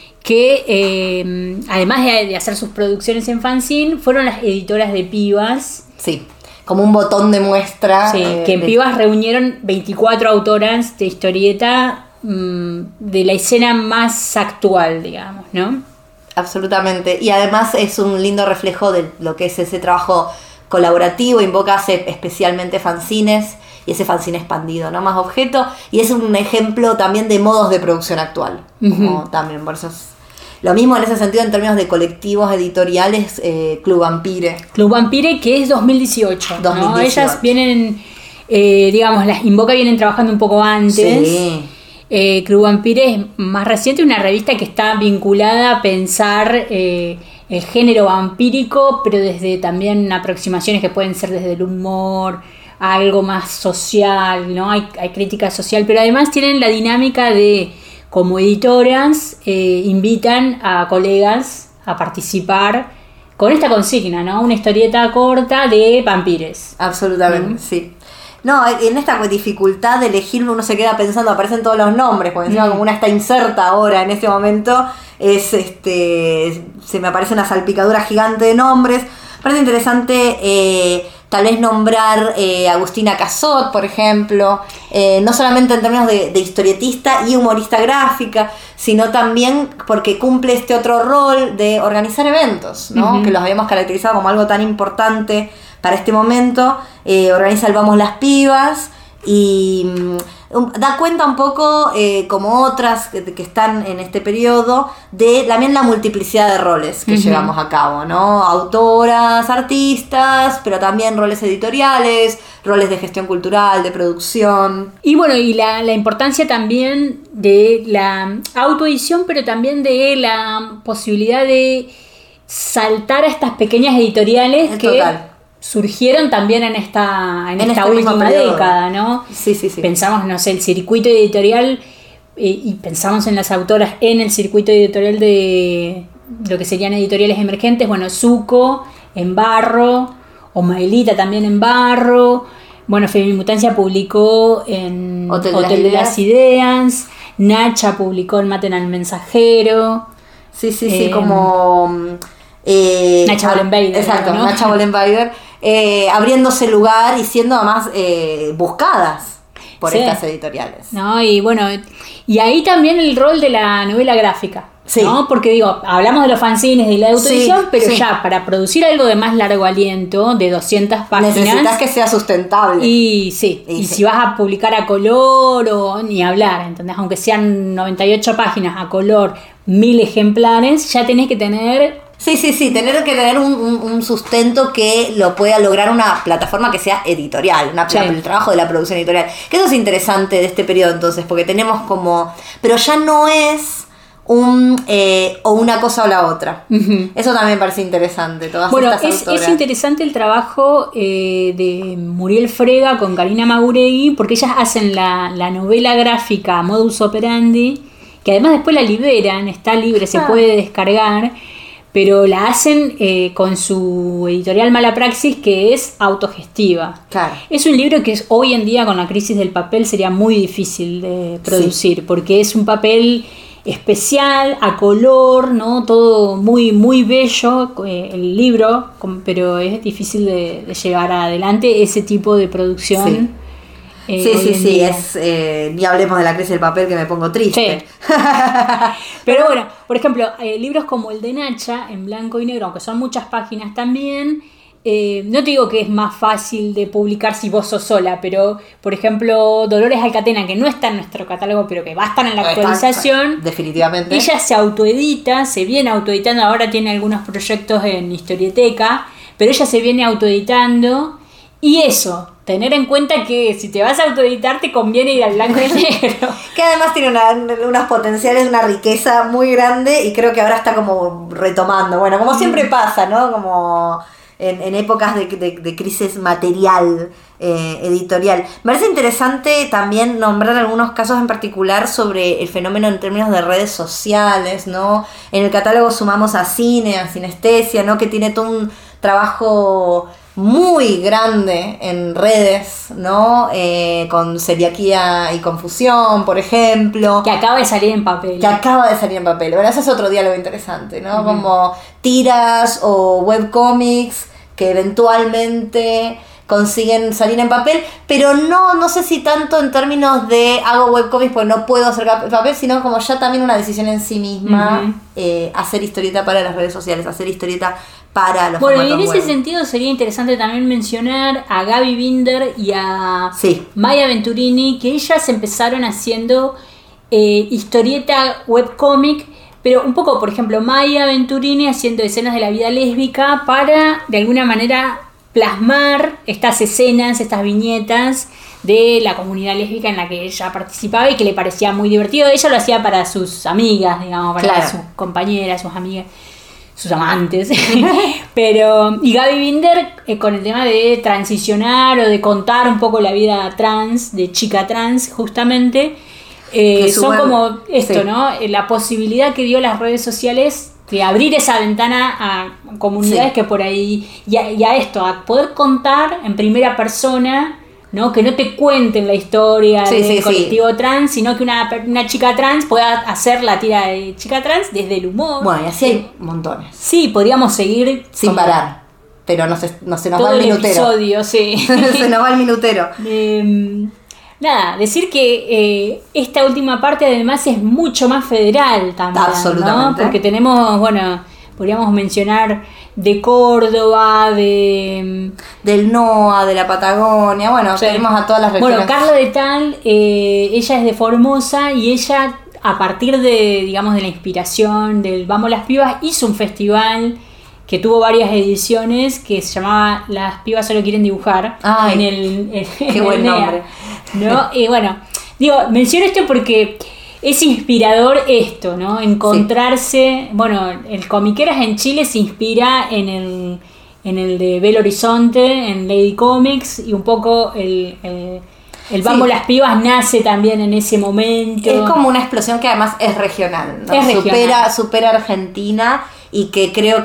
que eh, además de, de hacer sus producciones en fanzine, fueron las editoras de Pibas. Sí, como un botón de muestra. Sí, eh, que en de... Pibas reunieron veinticuatro autoras de historieta mmm, de la escena más actual, digamos, ¿no? Absolutamente, y además es un lindo reflejo de lo que es ese trabajo colaborativo. Invoca hace especialmente fanzines y ese fanzine expandido, ¿no? Más objeto, y es un ejemplo también de modos de producción actual. Uh-huh. Como también, por eso es lo mismo en ese sentido en términos de colectivos editoriales. eh, Club Vampire. Club Vampire, que es dos mil dieciocho, dos mil dieciocho. ¿no? Ellas vienen, eh, digamos, las Invoca vienen trabajando un poco antes. Sí. Eh, Club Vampire es más reciente, una revista que está vinculada a pensar eh, el género vampírico, pero desde también aproximaciones que pueden ser desde el humor, a algo más social, ¿no? Hay, hay crítica social, pero además tienen la dinámica de, como editoras, eh, invitan a colegas a participar con esta consigna, ¿no? Una historieta corta de vampires. Absolutamente, ¿Mm? Sí. No, en esta dificultad de elegir uno se queda pensando, aparecen todos los nombres, porque encima mm. como una está inserta ahora en este momento, es este se me aparece una salpicadura gigante de nombres. Parece interesante eh, tal vez nombrar eh, Agustina Casot, por ejemplo, eh, no solamente en términos de, de historietista y humorista gráfica, sino también porque cumple este otro rol de organizar eventos, ¿no? Uh-huh. Que los habíamos caracterizado como algo tan importante para este momento. Eh, organiza el Vamos las Pibas y um, da cuenta un poco, eh, como otras que, que están en este periodo, de también la multiplicidad de roles que uh-huh. llevamos a cabo, ¿no? Autoras, artistas, pero también roles editoriales, roles de gestión cultural, de producción. Y bueno, y la, la importancia también de la autoedición, pero también de la posibilidad de saltar a estas pequeñas editoriales que Total. surgieron también en esta, en en esta este última década, ¿no? Sí, sí, sí. Pensamos, no sé, el circuito editorial eh, y pensamos en las autoras en el circuito editorial de lo que serían editoriales emergentes. Bueno, Zuko en Barro, o Maelita también en Barro. Bueno, Femimutancia publicó en Hotel, Hotel de, de las las Ideas. Nacha publicó en Maten al Mensajero. Sí, sí, sí, eh, como... Eh, Nacha Bollenbeider. Exacto, ¿no? Nacha Bollenbeider, eh, abriéndose lugar y siendo además eh, buscadas por sí. estas editoriales. No, y bueno, y ahí también el rol de la novela gráfica. Sí. ¿No? Porque digo, hablamos de los fanzines, de la autoedición, sí, pero sí. ya para producir algo de más largo aliento, de doscientas páginas, necesitas que sea sustentable. Y sí, y, y sí. si vas a publicar a color o ni hablar, ¿entendés? Aunque sean noventa y ocho páginas a color, mil ejemplares, ya tenés que tener... Sí, sí, sí, tener que tener un, un, un sustento que lo pueda lograr una plataforma que sea editorial, una, sí. el trabajo de la producción editorial. Que eso es interesante de este periodo entonces, porque tenemos como... Pero ya no es... un eh, o una cosa o la otra. Uh-huh. Eso también me parece interesante. Todas bueno, estas es, es interesante el trabajo eh, de Muriel Frega con Karina Maguregui, porque ellas hacen la, la novela gráfica Modus Operandi, que además después la liberan, está libre, se ah. puede descargar, pero la hacen eh, con su editorial Mala Praxis, que es autogestiva. Claro. Es un libro que es, hoy en día con la crisis del papel sería muy difícil de producir, sí. porque es un papel especial, a color, ¿no? Todo muy, muy bello, eh, el libro, pero es difícil de, de llevar adelante ese tipo de producción. Sí, eh, sí, sí, sí, es, eh, ni hablemos de la crisis del papel, que me pongo triste. Sí. Pero bueno, por ejemplo, eh, libros como el de Nacha, en blanco y negro, aunque son muchas páginas también, Eh, no te digo que es más fácil de publicar si vos sos sola, pero por ejemplo Dolores Alcatena, que no está en nuestro catálogo pero que va a estar en la actualización, está, definitivamente. Ella se autoedita, se viene autoeditando, ahora tiene algunos proyectos en Historieteca, pero ella se viene autoeditando Y eso, tener en cuenta que si te vas a autoeditar te conviene ir al blanco y negro. Que además tiene una, unos potenciales, una riqueza muy grande y creo que ahora está como retomando. Bueno, como siempre pasa, ¿no? Como en, en épocas de, de, de crisis material, eh, editorial. Me parece interesante también nombrar algunos casos en particular sobre el fenómeno en términos de redes sociales, ¿no? En el catálogo sumamos a Cine, a Sinestesia, ¿no? Que tiene todo un trabajo muy grande en redes, ¿no? Eh, con Celiaquía y Confusión, por ejemplo. Que acaba de salir en papel. Que acaba de salir en papel. Bueno, ese es otro diálogo interesante, ¿no? Uh-huh. Como tiras o webcomics que eventualmente consiguen salir en papel, pero no, no sé si tanto en términos de hago webcomics porque no puedo hacer papel, sino como ya también una decisión en sí misma, uh-huh. eh, hacer historieta para las redes sociales, hacer historieta para los bueno, y en web. ese sentido sería interesante también mencionar a Gaby Binder y a sí. Maya Venturini, que ellas empezaron haciendo eh, historieta webcomic, pero un poco, por ejemplo, Maya Venturini haciendo escenas de la vida lésbica para, de alguna manera, plasmar estas escenas, estas viñetas de la comunidad lésbica en la que ella participaba y que le parecía muy divertido. Ella lo hacía para sus amigas, digamos, para claro. sus compañeras, sus amigas, sus amantes. Pero y Gaby Binder eh, con el tema de transicionar o de contar un poco la vida trans, de chica trans, justamente, eh, son como esto, sí. ¿no? La posibilidad que dio las redes sociales de abrir esa ventana a comunidades sí. que por ahí, y a, y a esto, a poder contar en primera persona, ¿no? Que no te cuenten la historia sí, del sí, colectivo sí. trans, sino que una, una chica trans pueda hacer la tira de chica trans desde el humor. Bueno, y así hay montones. Sí, podríamos seguir sin parar, pero no se, no se nos todo va el el minutero. Episodio, sí. Se nos va el minutero. Eh, Nada, decir que eh, esta última parte además es mucho más federal también, absolutamente, ¿no? Porque tenemos, bueno, podríamos mencionar de Córdoba, de del N O A, de la Patagonia, bueno, sí. tenemos a todas las regiones. Bueno, Carla de Tal, eh, ella es de Formosa y ella, a partir de, digamos, de la inspiración del Vamos las Pibas, hizo un festival que tuvo varias ediciones, que se llamaba Las Pibas Solo Quieren Dibujar. Ay, en el, en, qué en buen el nombre. ¿No? Y bueno, digo, menciono esto porque es inspirador esto, ¿no? Encontrarse, sí. bueno, el Comiqueras en Chile se inspira en el, en el de Belo Horizonte, en Lady Comics, y un poco el, el, el Vamos sí. las Pibas nace también en ese momento. Es como una explosión que además es regional, ¿no? Es regional. Supera, supera Argentina. Y que creo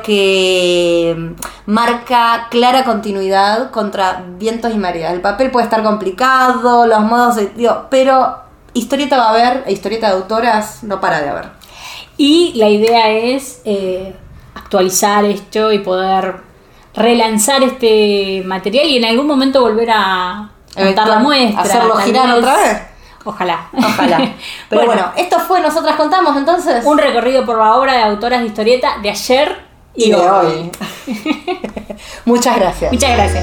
que marca clara continuidad contra vientos y mareas. El papel puede estar complicado, los modos de, digo, pero historieta va a haber, e historieta de autoras no para de haber. Y la idea es eh, actualizar esto y poder relanzar este material y en algún momento volver a montar la muestra. Hacerlo girar vez. Otra vez. Ojalá. Ojalá. Pero bueno, bueno, esto fue Nosotras Contamos, entonces. Un recorrido por la obra de autoras de historieta de ayer y, y de hoy. hoy. Muchas gracias. Muchas gracias.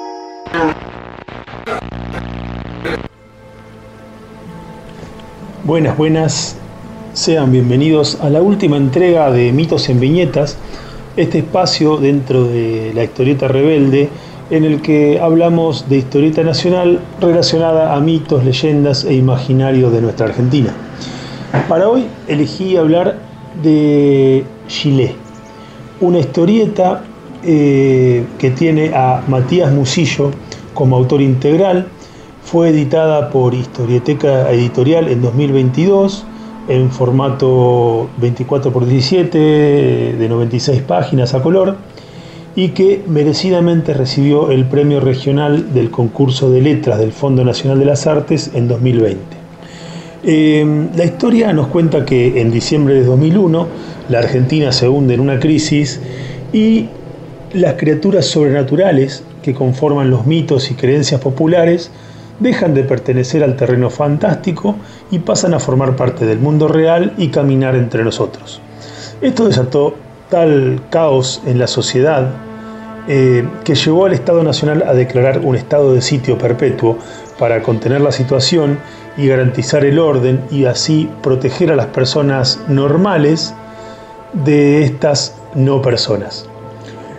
Buenas, buenas. Sean bienvenidos a la última entrega de Mitos en Viñetas, este espacio dentro de la historieta rebelde en el que hablamos de historieta nacional relacionada a mitos, leyendas e imaginarios de nuestra Argentina. Para hoy elegí hablar de Gilé, una historieta eh, que tiene a Matías Musillo como autor integral. Fue editada por Historieteca Editorial en dos mil veintidós en formato veinticuatro por diecisiete de noventa y seis páginas a color, y que merecidamente recibió el premio regional del concurso de letras del Fondo Nacional de las Artes en dos mil veinte. Eh, la historia nos cuenta que en diciembre de dos mil uno la Argentina se hunde en una crisis y las criaturas sobrenaturales que conforman los mitos y creencias populares dejan de pertenecer al terreno fantástico y pasan a formar parte del mundo real y caminar entre nosotros. Esto desató tal caos en la sociedad eh, que llevó al Estado Nacional a declarar un estado de sitio perpetuo para contener la situación y garantizar el orden y así proteger a las personas normales de estas no personas.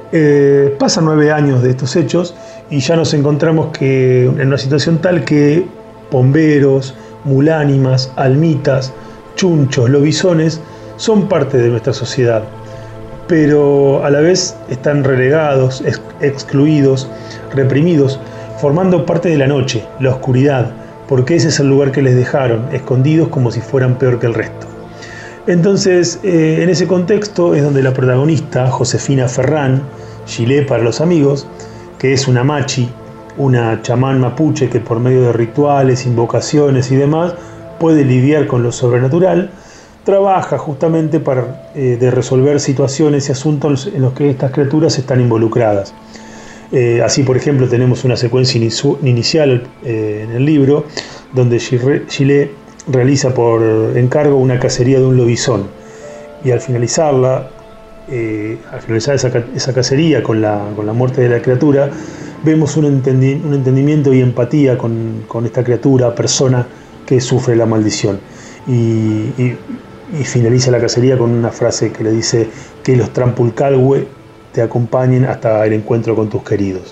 Eh, pasan nueve años de estos hechos y ya nos encontramos que en una situación tal que bomberos, mulánimas, almitas, chunchos, lobisones son parte de nuestra sociedad, pero a la vez están relegados, ex- excluidos, reprimidos, formando parte de la noche, la oscuridad, porque ese es el lugar que les dejaron, escondidos como si fueran peor que el resto. Entonces, eh, en ese contexto es donde la protagonista, Josefina Ferrán, Gilé para los amigos, que es una machi, una chamán mapuche que por medio de rituales, invocaciones y demás puede lidiar con lo sobrenatural, trabaja justamente para eh, de resolver situaciones y asuntos en los que estas criaturas están involucradas. Eh, así, por ejemplo, tenemos una secuencia inicio, inicial eh, en el libro donde Gilé realiza por encargo una cacería de un lobizón y al finalizarla, eh, al finalizar esa, esa cacería con la, con la muerte de la criatura, vemos un, entendi, un entendimiento y empatía con, con esta criatura, persona que sufre la maldición. Y, y, y finaliza la cacería con una frase que le dice que los Trampulcalhue te acompañen hasta el encuentro con tus queridos.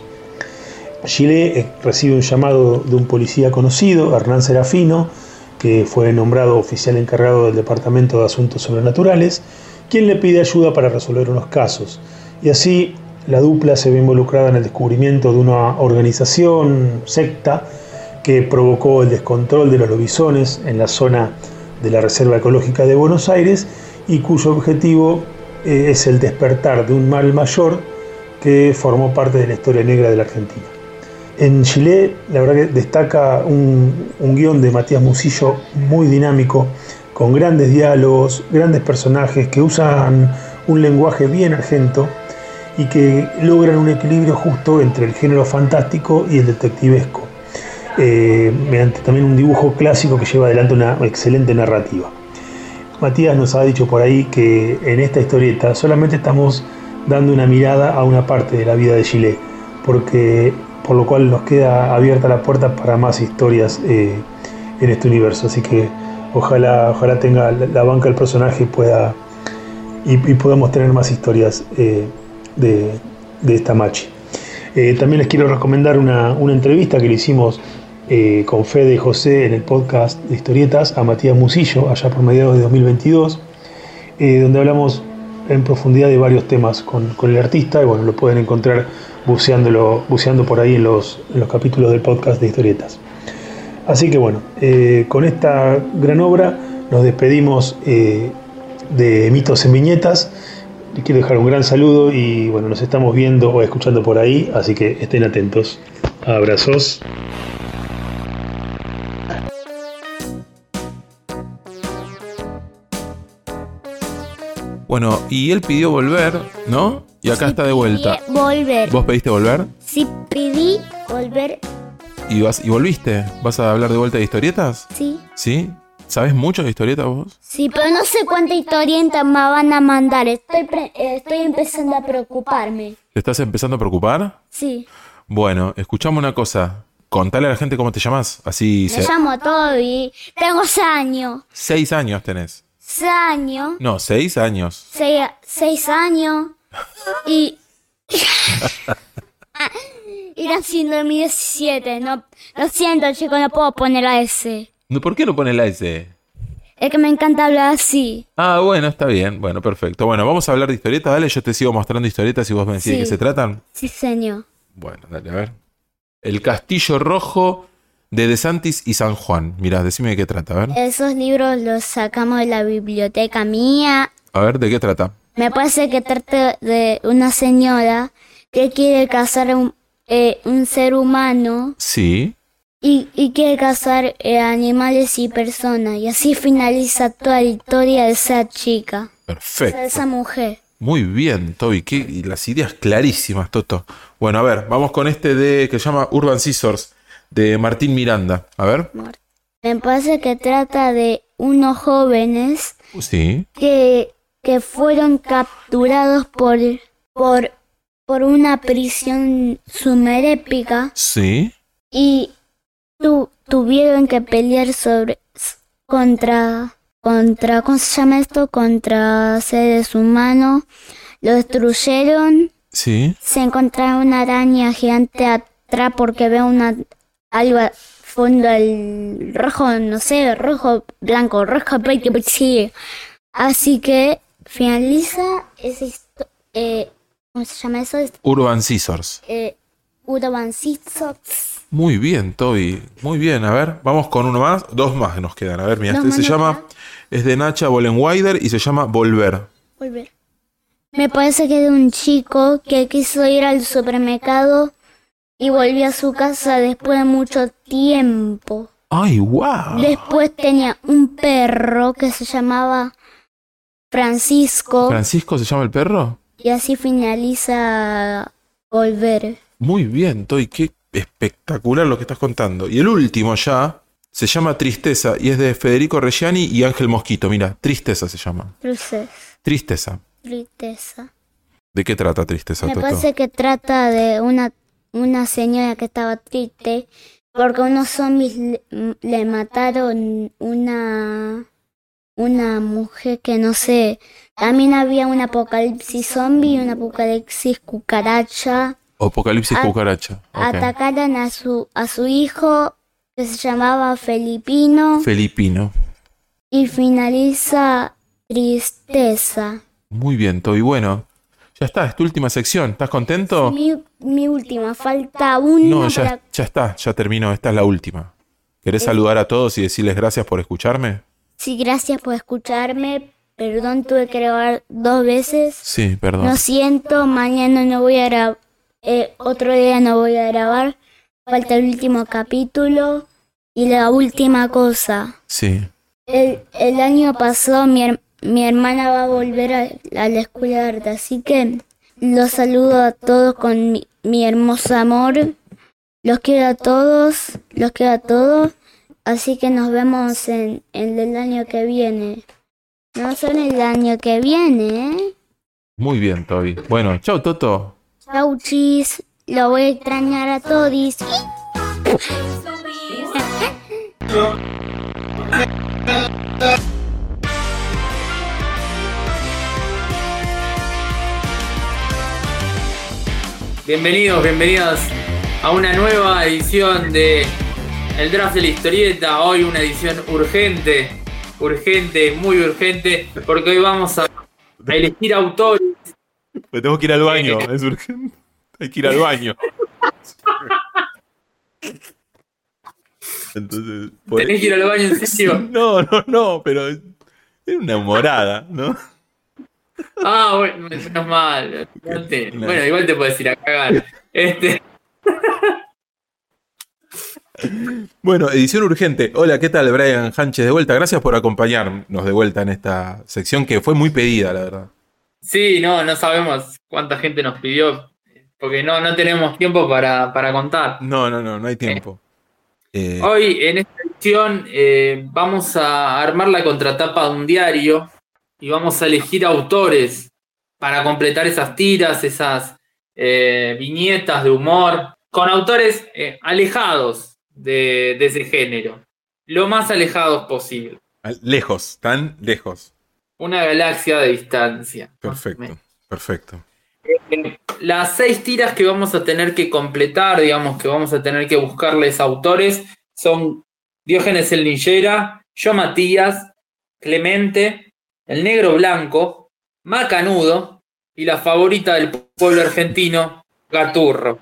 Gilé recibe un llamado de un policía conocido, Hernán Serafino, que fue nombrado oficial encargado del Departamento de Asuntos Sobrenaturales, quien le pide ayuda para resolver unos casos. Y así la dupla se ve involucrada en el descubrimiento de una organización, secta, que provocó el descontrol de los lobisones en la zona de la Reserva Ecológica de Buenos Aires y cuyo objetivo eh, es el despertar de un mal mayor que formó parte de la historia negra de la Argentina. En Gilé, la verdad que destaca un, un guión de Matías Musillo muy dinámico, con grandes diálogos, grandes personajes que usan un lenguaje bien argento y que logran un equilibrio justo entre el género fantástico y el detectivesco, eh, mediante también un dibujo clásico que lleva adelante una excelente narrativa. Matías nos ha dicho por ahí que en esta historieta solamente estamos dando una mirada a una parte de la vida de Gilé, porque por lo cual nos queda abierta la puerta para más historias eh, en este universo. Así que ojalá, ojalá tenga la, la banca el personaje y, pueda, y, y podamos tener más historias eh, de, de esta machi. Eh, también les quiero recomendar una, una entrevista que le hicimos eh, con Fede y José en el podcast de historietas a Matías Musillo, allá por mediados de dos mil veintidós, eh, donde hablamos en profundidad de varios temas con, con el artista, y bueno, lo pueden encontrar buceándolo, buceando por ahí en los, en los capítulos del podcast de historietas. Así que bueno, eh, con esta gran obra nos despedimos eh, de Mitos en Viñetas. Les quiero dejar un gran saludo y bueno, nos estamos viendo o escuchando por ahí, así que estén atentos. Abrazos. Bueno, y él pidió volver, ¿no? Y acá Sí, está de vuelta. pedí volver. ¿Vos pediste volver? Sí, pedí volver. ¿Y, vas, ¿Y volviste? ¿Vas a hablar de vuelta de historietas? Sí. ¿Sí? ¿Sabes mucho de historietas vos? Sí, pero no sé cuánta historieta me van a mandar. Estoy, pre- eh, estoy empezando a preocuparme. ¿Te estás empezando a preocupar? Sí. Bueno, escuchame una cosa. Contale a la gente cómo te llamas. Así Me se... llamo Toby. Tengo seis años. Seis años tenés. Seis años. No, seis años. Seis, seis años. Y... y nací en dos mil diecisiete. No, lo siento, chicos, no puedo poner la S. No, ¿por qué no pones la S? Es que me encanta hablar así. Ah, bueno, está bien. Bueno, perfecto. Bueno, vamos a hablar de historietas. Dale, yo te sigo mostrando historietas y vos me decís Sí. de qué se tratan. Sí, señor. Bueno, dale, a ver. El Castillo Rojo de De Santis y San Juan. Mirá, decime de qué trata, a ver. Esos libros los sacamos de la biblioteca mía. A ver, ¿de qué trata? Me parece que trata de una señora que quiere cazar a un, eh, un ser humano Sí. y, y quiere cazar eh, animales y personas. Y así finaliza toda la historia de esa chica, Perfecto. de esa mujer. Muy bien, Toby. Qué, y las ideas clarísimas, Toto. Bueno, a ver, vamos con este de que se llama Urban Scissors, de Martín Miranda. A ver. Me parece que trata de unos jóvenes Sí. que, que fueron capturados por, por, por una prisión sumerépica Sí. y tu, tuvieron que pelear sobre contra contra ¿cómo se llama esto? Contra seres humanos. Lo destruyeron Sí. se encontraba una araña gigante atrás porque ve una algo al fondo el rojo, no sé, rojo, blanco, rojo, blanco, sí. Así que finaliza ese histo- eh, ¿cómo se llama eso? Urban Scissors. Eh, Urban Scissors. Muy bien, Toby. Muy bien. A ver, vamos con uno más. Dos más nos quedan. A ver, mira, Dos este se más llama... nos Es de Nacha Bollenweider y se llama Volver. Volver. Me parece que de un chico que quiso ir al supermercado y volvió a su casa después de mucho tiempo. ¡Ay, wow! Después tenía un perro que se llamaba Francisco. ¿Francisco se llama el perro? Y así finaliza Volver. Muy bien, Toy, qué espectacular lo que estás contando. Y el último ya se llama Tristeza y es de Federico Reggiani y Ángel Mosquito. Mira, Tristeza se llama. Tristeza. Tristeza. Tristeza. ¿De qué trata Tristeza, Me Toto? parece que trata de una, una señora que estaba triste porque unos zombies le, le mataron una, una mujer que no sé. También había un apocalipsis zombie y un apocalipsis cucaracha. Apocalipsis A- Cucaracha. Ok. Atacaron a su, a su hijo que se llamaba Felipino Felipino. y finaliza Tristeza. Muy bien, Toby. Bueno, ya está, es tu última sección. ¿Estás contento? Mi, mi última, falta una No, ya, para... ya está, ya terminó. Esta es la última. ¿Querés saludar a todos y decirles gracias por escucharme? Sí, gracias por escucharme. Perdón, tuve que grabar dos veces. Sí, perdón. Lo siento, mañana no voy a grabar. Eh, otro día no voy a grabar. Falta el último capítulo. Y la última cosa. Sí. El, el año pasado mi, her- mi hermana va a volver a, a la escuela de arte. Así que los saludo a todos con mi, mi hermoso amor. Los quiero a todos. Los quiero a todos. Así que nos vemos en, en el año que viene. No son el año que viene, ¿eh? Muy bien, Toby. Bueno, chau, Toto. Chau, chis. Lo voy a extrañar a todos. Bienvenidos, bienvenidas a una nueva edición de El Draft de la Historieta. Hoy una edición urgente, urgente, muy urgente, porque hoy vamos a, a elegir autores. Me tengo que ir al baño, es urgente. Hay que ir al baño. Entonces, por- ¿Tenés que ir al baño en serio? No, no, no, pero es una humorada, ¿no? Ah, bueno, menos mal. No te- Bueno, igual te puedes ir a cagar. Este, Bueno, edición urgente. Hola, ¿qué tal? Brian Hanches de vuelta. Gracias por acompañarnos de vuelta en esta sección que fue muy pedida, la verdad. sí, no, no sabemos cuánta gente nos pidió, porque no, no tenemos tiempo para, para contar. No, no, no, no hay tiempo. Eh, Hoy en esta edición eh, vamos a armar la contratapa de un diario y vamos a elegir autores para completar esas tiras, esas eh, viñetas de humor, con autores eh, alejados de, de ese género, lo más alejados posible. lejos, tan lejos. Una galaxia de distancia. Perfecto, perfecto. Eh, Las seis tiras que vamos a tener que completar, digamos que vamos a tener que buscarles autores, son Diógenes el Linchera, Yo Matías, Clemente, El Negro Blanco, Macanudo y la favorita del pueblo argentino, Gaturro.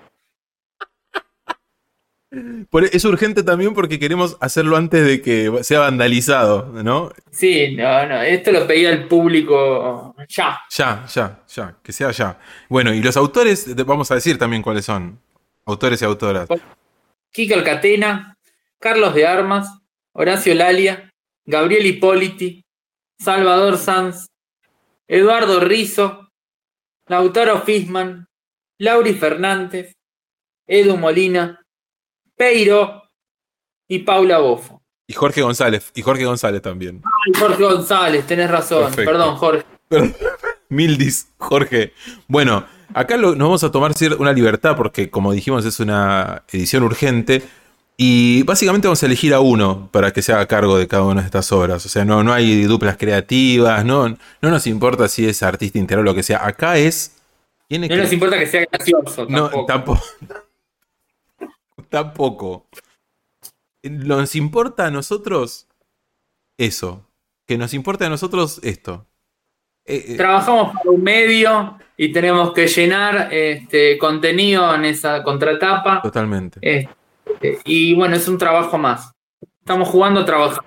Por- es urgente también porque queremos hacerlo antes de que sea vandalizado, ¿no? Sí, no, no, esto lo pedía el público ya. Ya, ya, ya, que sea ya. Bueno, y los autores, de- vamos a decir también cuáles son. Autores y autoras. Kika Alcatena, Carlos de Armas, Horacio Lalia, Gabriel Hipóliti, Salvador Sanz, Eduardo Rizzo, Lautaro Fisman, Lauri Fernández, Edu Molina, Peiro y Paula Bofo. Y Jorge González, y Jorge González también. Ay, Jorge González, tenés razón. Perfecto. Perdón, Jorge. Mildis, Jorge. Bueno, acá lo- nos vamos a tomar cier- una libertad porque, como dijimos, es una edición urgente. Y básicamente vamos a elegir a uno para que se haga cargo de cada una de estas obras. O sea, no, no hay duplas creativas, no, no nos importa si es artista integral o lo que sea. Acá es Tiene No que... nos importa que sea gracioso. No, Tampoco. tampoco. Tampoco. Nos importa a nosotros eso. Que nos importa a nosotros esto. Eh, eh, Trabajamos para un medio y tenemos que llenar este contenido en esa contratapa. Totalmente. Este, y bueno, es un trabajo más. Estamos jugando a trabajar.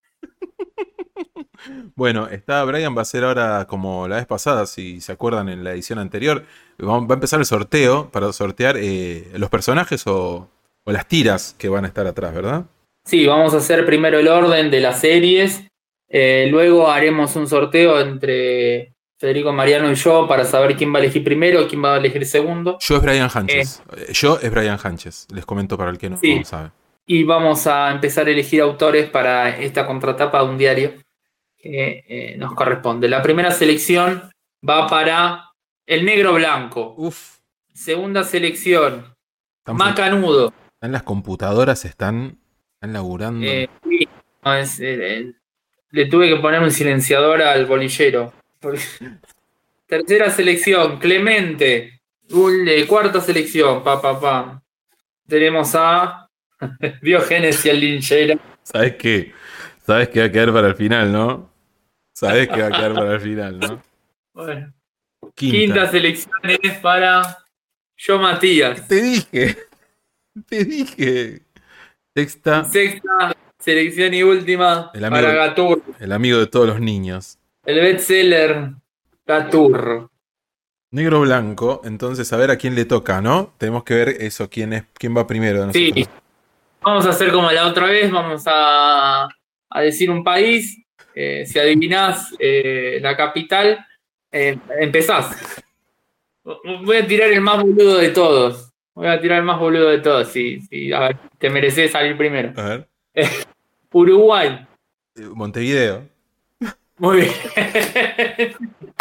Bueno, está Brian, va a ser ahora como la vez pasada, si se acuerdan en la edición anterior. Va a empezar el sorteo para sortear eh, los personajes o, o las tiras que van a estar atrás, ¿verdad? Sí, vamos a hacer primero el orden de las series. Eh, luego haremos un sorteo entre Federico Mariano y yo para saber quién va a elegir primero, quién va a elegir segundo. Yo es Brian Hanches. Eh, yo es Brian Hanches. Les comento para el que no, Sí. no sabe. Y vamos a empezar a elegir autores para esta contratapa de un diario que eh, nos corresponde. La primera selección va para El Negro Blanco. Uf. Segunda selección, Están Macanudo. Están las computadoras, están, están laburando. Eh, sí, no, es, eh, eh, le tuve que poner un silenciador al bolillero. Tercera selección, Clemente. Ul- eh, cuarta selección, pa, pa, pa. Tenemos a Diógenes y el linchera. ¿Sabes qué? Sabes que va a quedar para el final, ¿no? Sabes que va a quedar para el final, ¿no? Bueno. Quinta. Quinta selección es para Yo Matías. Te dije. Te dije. Sexta. Sexta selección y última El amigo, para Gaturro. el amigo de todos los niños. El bestseller Gaturro. Negro blanco, entonces a ver a quién le toca, ¿no? Tenemos que ver eso, quién es, quién va primero de nosotros. Sí. Vamos a hacer como la otra vez, vamos a, a decir un país. Eh, si adivinás eh, la capital, eh, empezás. Voy a tirar el más boludo de todos. Voy a tirar el más boludo de todos. Sí, sí, a ver, te mereces salir primero. A ver. Eh, Uruguay. Montevideo. Muy bien.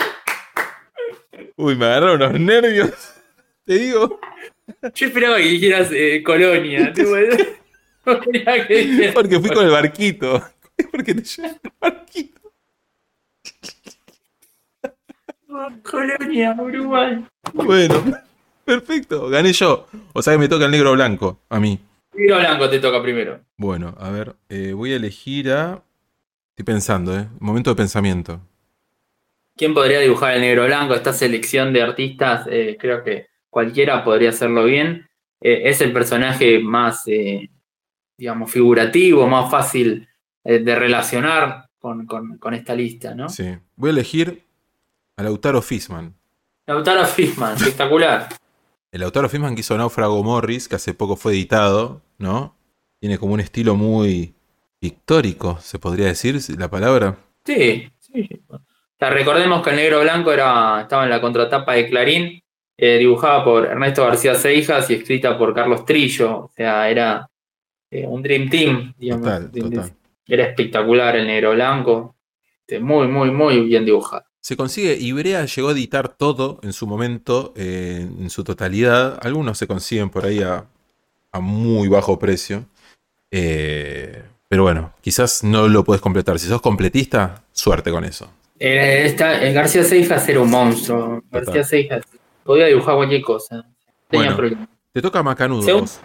Uy, me agarraron unos nervios. Te digo. Yo esperaba que dijeras eh, Colonia. No quería que dijeras Porque fui con el barquito. Porque te llevé el barquito. Colonia, Uruguay. Bueno, perfecto. Gané yo. O sea que me toca el negro blanco. A mí. Negro blanco te toca primero. Bueno, a ver. Eh, voy a elegir a... Estoy pensando, ¿eh? Momento de pensamiento. ¿Quién podría dibujar el negro blanco? Esta selección de artistas, eh, creo que cualquiera podría hacerlo bien. Eh, es el personaje más, eh, digamos, figurativo, más fácil eh, de relacionar con, con, con esta lista, ¿no? Sí. Voy a elegir a Lautaro Fishman. Lautaro Fishman, espectacular. El Lautaro Fishman que hizo Náufrago Morris, que hace poco fue editado, ¿no? Tiene como un estilo muy pictórico, se podría decir la palabra. Sí, sí. O sea, recordemos que el negro blanco era, estaba en la contratapa de Clarín, eh, dibujada por Ernesto García Seijas y escrita por Carlos Trillo. O sea, era eh, un Dream Team, digamos. Total, total. Era espectacular el negro blanco. Este, muy, muy, muy bien dibujado. Se consigue, Ibrea llegó a editar todo en su momento, eh, en su totalidad. Algunos se consiguen por ahí a, a muy bajo precio. Eh, pero bueno, quizás no lo puedes completar. Si sos completista, suerte con eso. Eh, esta, eh, García Seijas era un monstruo. Total. García Seijas podía dibujar cualquier cosa. Tenía Bueno, problema. te toca Macanudo. Según- vos.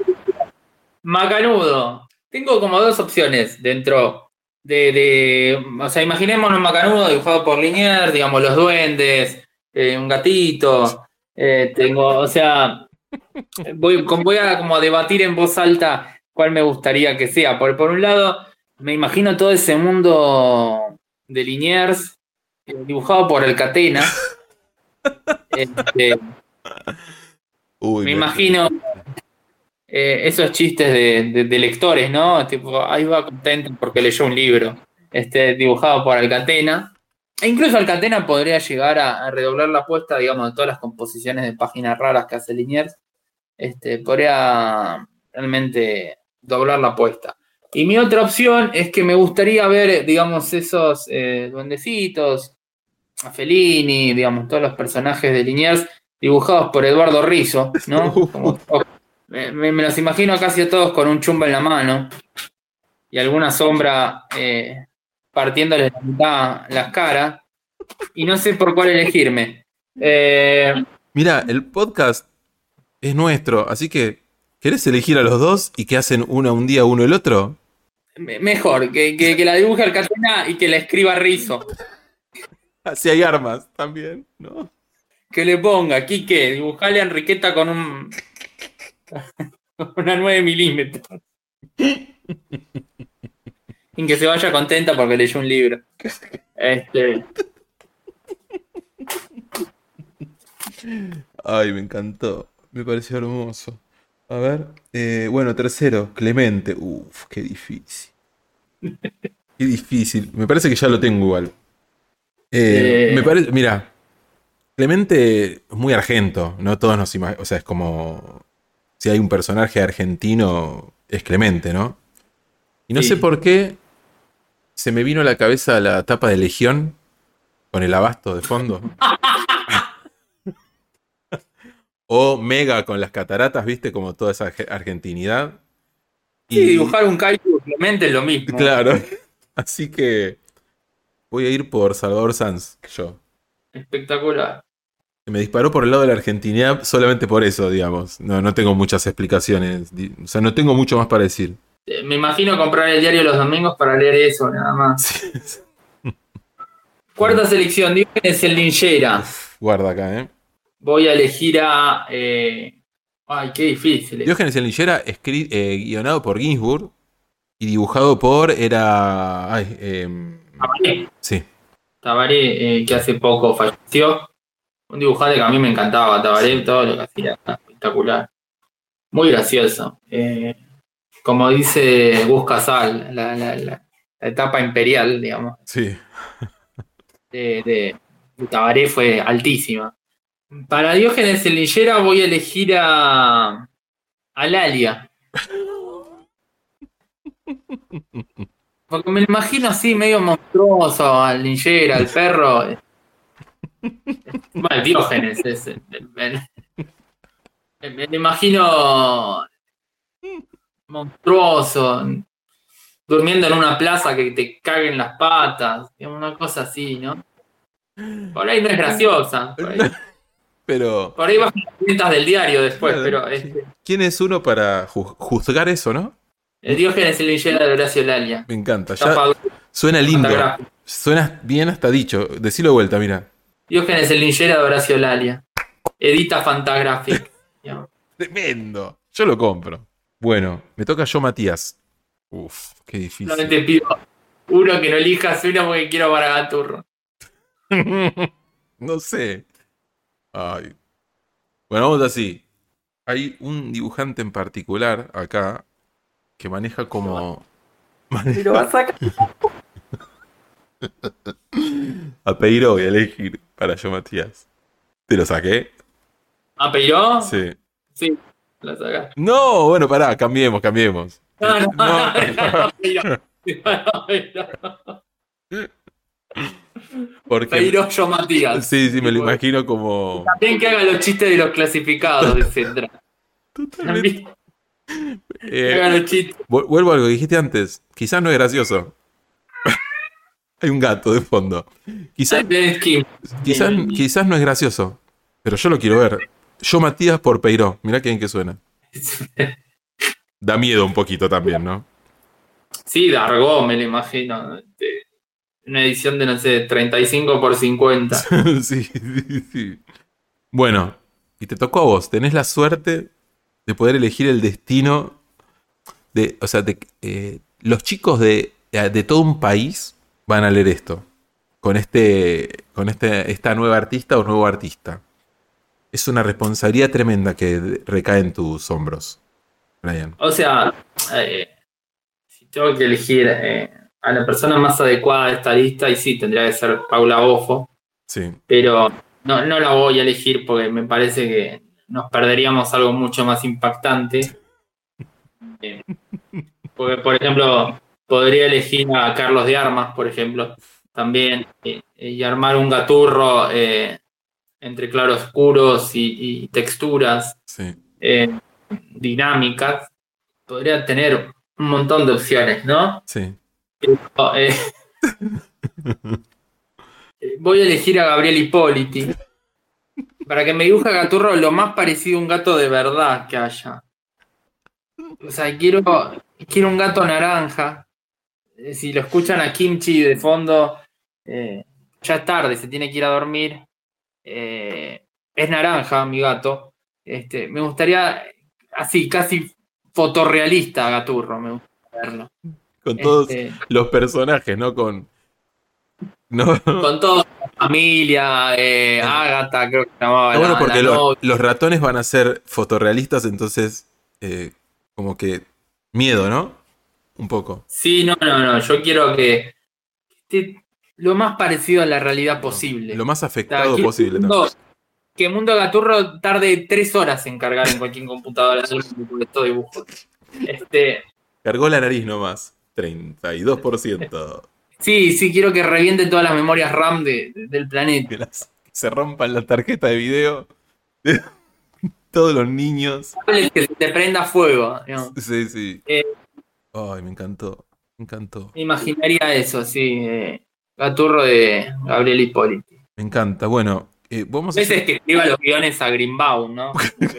Macanudo. Tengo como dos opciones dentro de, de. O sea, imaginémonos un Macanudo dibujado por Liniers, digamos, los duendes, eh, un gatito. eh, tengo, o sea, voy, con- voy a como a debatir en voz alta cuál me gustaría que sea. Por, por un lado, me imagino todo ese mundo de Liniers eh, dibujado por el Catena. Este, Uy, me imagino eh, esos chistes de, de- de lectores, ¿no? Tipo, ahí va contento porque leyó un libro este, dibujado por Alcatena. E incluso Alcatena podría llegar a, a redoblar la apuesta, digamos, de todas las composiciones de páginas raras que hace Liniers. Este, podría realmente doblar la apuesta. Y mi otra opción es que me gustaría ver, digamos, esos eh, duendecitos, a Fellini, digamos, todos los personajes de Liniers dibujados por Eduardo Rizzo, ¿no? Como- me, me- me los imagino casi a todos con un chumbo en la mano y alguna sombra eh, partiéndoles la mitad las caras y no sé por cuál elegirme. Eh, Mira, el podcast es nuestro, así que ¿querés elegir a los dos y que hacen uno un día, uno el otro? Me- Mejor, que, que, que la dibuje Arcatena y que la escriba Rizzo. Así hay armas también, ¿no? Que le ponga, Quique, dibujale a Enriqueta con un. Una nueve milímetros. Y que se vaya contenta porque leyó un libro. Este. Ay, me encantó. Me pareció hermoso. A ver. eh, bueno, tercero, Clemente. Uf, qué difícil. Qué difícil. Me parece que ya lo tengo igual. Eh, Eh. Me parece. Mira. Clemente es muy argento. No todos nos imaginamos. O sea, es como. Si hay un personaje argentino, es Clemente, ¿no? Y no Sí. sé por qué se me vino a la cabeza la tapa de Legión con el abasto de fondo. O Mega con las cataratas, ¿viste? Como toda esa arge- argentinidad. Sí, dibujar un Kaiju Clemente es lo mismo. Claro. Así que voy a ir por Salvador Sanz, yo. Espectacular. Que me disparó por el lado de la argentinidad solamente por eso, digamos. No, no tengo muchas explicaciones. Di- O sea, no tengo mucho más para decir. Eh, Me imagino comprar el diario los domingos para leer eso, nada más. Cuarta selección, Diógenes el Linchera. Guarda acá, ¿eh? Voy a elegir a. eh, Ay, qué difícil. Diógenes el Linchera, escri- eh, guionado por Ginsburg y dibujado por. Era. Ay, em, Tabaré. sí. Tabaré, eh, que hace poco falleció. Un dibujante que a mí me encantaba. Tabaré, todo lo que hacía, espectacular. Muy gracioso. Eh, como dice Gus Casal, la, la, la, la etapa imperial, digamos, Sí. de, de, de Tabaré fue altísima. Para Diógenes el Linchera voy a elegir a. a Lalia. Porque me lo imagino así, medio monstruoso, al Linchera, al perro. Bueno, Diógenes es. Me, me- me lo imagino monstruoso, durmiendo en una plaza que te caguen las patas, digamos, una cosa así, ¿no? Por ahí no es graciosa. Por ahí, Pero. por ahí bajan las ventas del diario después, Claro, pero sí. este, ¿Quién es uno para ju- juzgar eso, no? el Diógenes el Linchera de Horacio Lalia. Me encanta. Ya Tapa dura, suena lindo. fotográfico. Suena bien hasta dicho. Decilo de vuelta, mira. Diógenes el Linchera de Horacio Lalia. Edita Fantagraphic. digamos. Tremendo. Yo lo compro. Bueno, me toca yo, Matías. Uf, qué difícil. Solamente pido uno que no elijas uno porque quiero Baragaturro. No sé. Ay. Bueno, vamos así. Hay un dibujante en particular acá que maneja como. Y lo vas a sacar. A Peiro voy a elegir para yo, Matías. ¿Te lo saqué? ¿A Peiró? Sí. Sí, lo sacas. No, bueno, pará, cambiemos, cambiemos. No, no, No. no, no, Peiró. No, Peiró. Porque. Peiró yo Matías. Sí, sí, me lo imagino como. También que haga los chistes de los clasificados, etcétera. También que eh, haga los chistes. vu- vuelvo a algo que dijiste antes. Quizás no es gracioso. Hay un gato de fondo. Quizás, Dennis Kim. quizás, quizás no es gracioso. Pero yo lo quiero ver. Yo, Matías, por Peiró. Mirá qué bien que suena. Da miedo un poquito también, ¿no? Sí, Dargo, me lo imagino. Este, una edición de, no sé, treinta y cinco por cincuenta. Sí, sí, sí. Bueno, y te tocó a vos. Tenés la suerte de poder elegir el destino de. O sea, de, eh, los chicos de, de todo un país van a leer esto. Con este. Con este, esta nueva artista o nuevo artista. Es una responsabilidad tremenda que recae en tus hombros, Brian. O sea, eh, si tengo que elegir eh, a la persona más adecuada de esta lista, y sí, tendría que ser Paula Bofo, Sí. pero no, no la voy a elegir porque me parece que nos perderíamos algo mucho más impactante. Eh, porque, por ejemplo, podría elegir a Carlos de Armas, por ejemplo, también, eh, y armar un gaturro eh, entre claroscuros y, y texturas Sí. eh, dinámicas. Podría tener un montón de opciones, ¿no? Sí. Pero, eh, voy a elegir a Gabriel Hipóliti. para que me dibuje a Gaturro lo más parecido a un gato de verdad que haya. O sea, quiero, quiero un gato naranja. Si lo escuchan a Kimchi de fondo, eh, ya es tarde, se tiene que ir a dormir. Eh, es naranja mi gato. Este, me gustaría, así, casi fotorrealista Gaturro, me gustaría verlo. Con todos Este, los personajes, ¿no? Con. No. Con toda la familia, eh, Agatha, creo que se llamaba. No, bueno, la- porque la los, novia. los ratones van a ser fotorrealistas, entonces. eh, como que. Miedo, ¿no? Un poco. Sí, no, no, no. Yo quiero que esté lo más parecido a la realidad posible. Lo más O sea, afectado que posible. Mundo, también. que Mundo Gaturro tarde tres horas en cargar en cualquier computadora de todo dibujo. Este, Cargó la nariz nomás. treinta y dos por ciento. sí, sí, quiero que reviente todas las memorias RAM de- de- del planeta. Que las- se rompan la tarjeta de video de todos los niños. Que se te prenda fuego. ¿No? Sí, sí. Eh, Ay, me encantó. Me encantó. Me imaginaría eso, sí. eh, Gaturro de Gabriel Hipóliti. Me encanta. Bueno, eh, vamos a Ese es hacer... que escriba los guiones a Greenbaum, ¿no?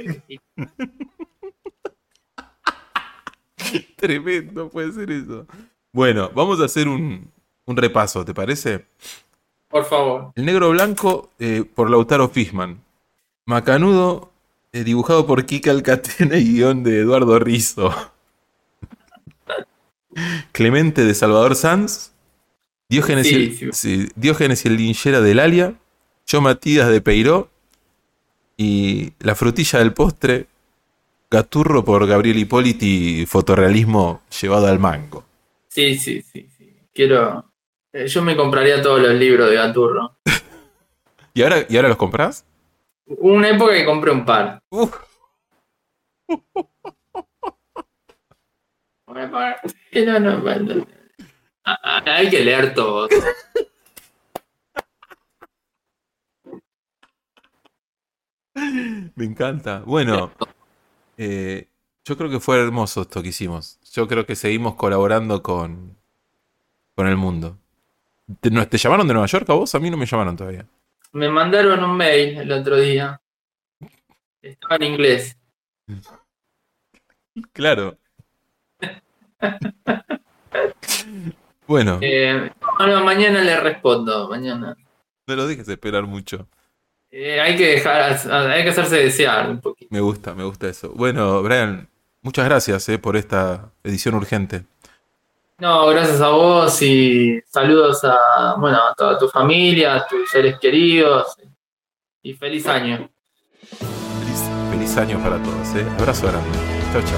Tremendo puede ser eso. Bueno, vamos a hacer un, un repaso, ¿te parece? Por favor. El negro blanco eh, por Lautaro Fishman. Macanudo eh, dibujado por Kika Alcatena y guión de Eduardo Rizzo. Clemente de Salvador Sanz. Diógenes, Sí, y el, sí. sí, Diógenes y el linchera del Alia. Yo Matías de Peiró. Y la frutilla del postre. Gaturro por Gabriel Hipóliti. Fotorrealismo llevado al mango. Sí, sí, sí, sí. Quiero. eh, yo me compraría todos los libros de Gaturro. ¿Y ahora, ¿y ahora los comprás? Hubo una época que compré un par. Uf. Una par- No, no, no. Ah, ah, hay que leer todo. Me encanta. Bueno, eh, yo creo que fue hermoso esto que hicimos. Yo creo que seguimos colaborando con, con el mundo. ¿Te, no- ¿Te llamaron de Nueva York a vos? A mí no me llamaron todavía. Me mandaron un mail el otro día. Estaba en inglés. Claro. Bueno, Eh, no, no, mañana le respondo. Mañana. no lo dejes esperar mucho. Eh, hay que dejar, hay que hacerse desear un poquito. Me gusta, me gusta eso. Bueno, Brian, muchas gracias eh, por esta edición urgente. No, gracias a vos y saludos a, bueno, a toda tu familia, a tus seres queridos y feliz año. Feliz, feliz año para todos. Eh. Abrazo grande. Chao, chao.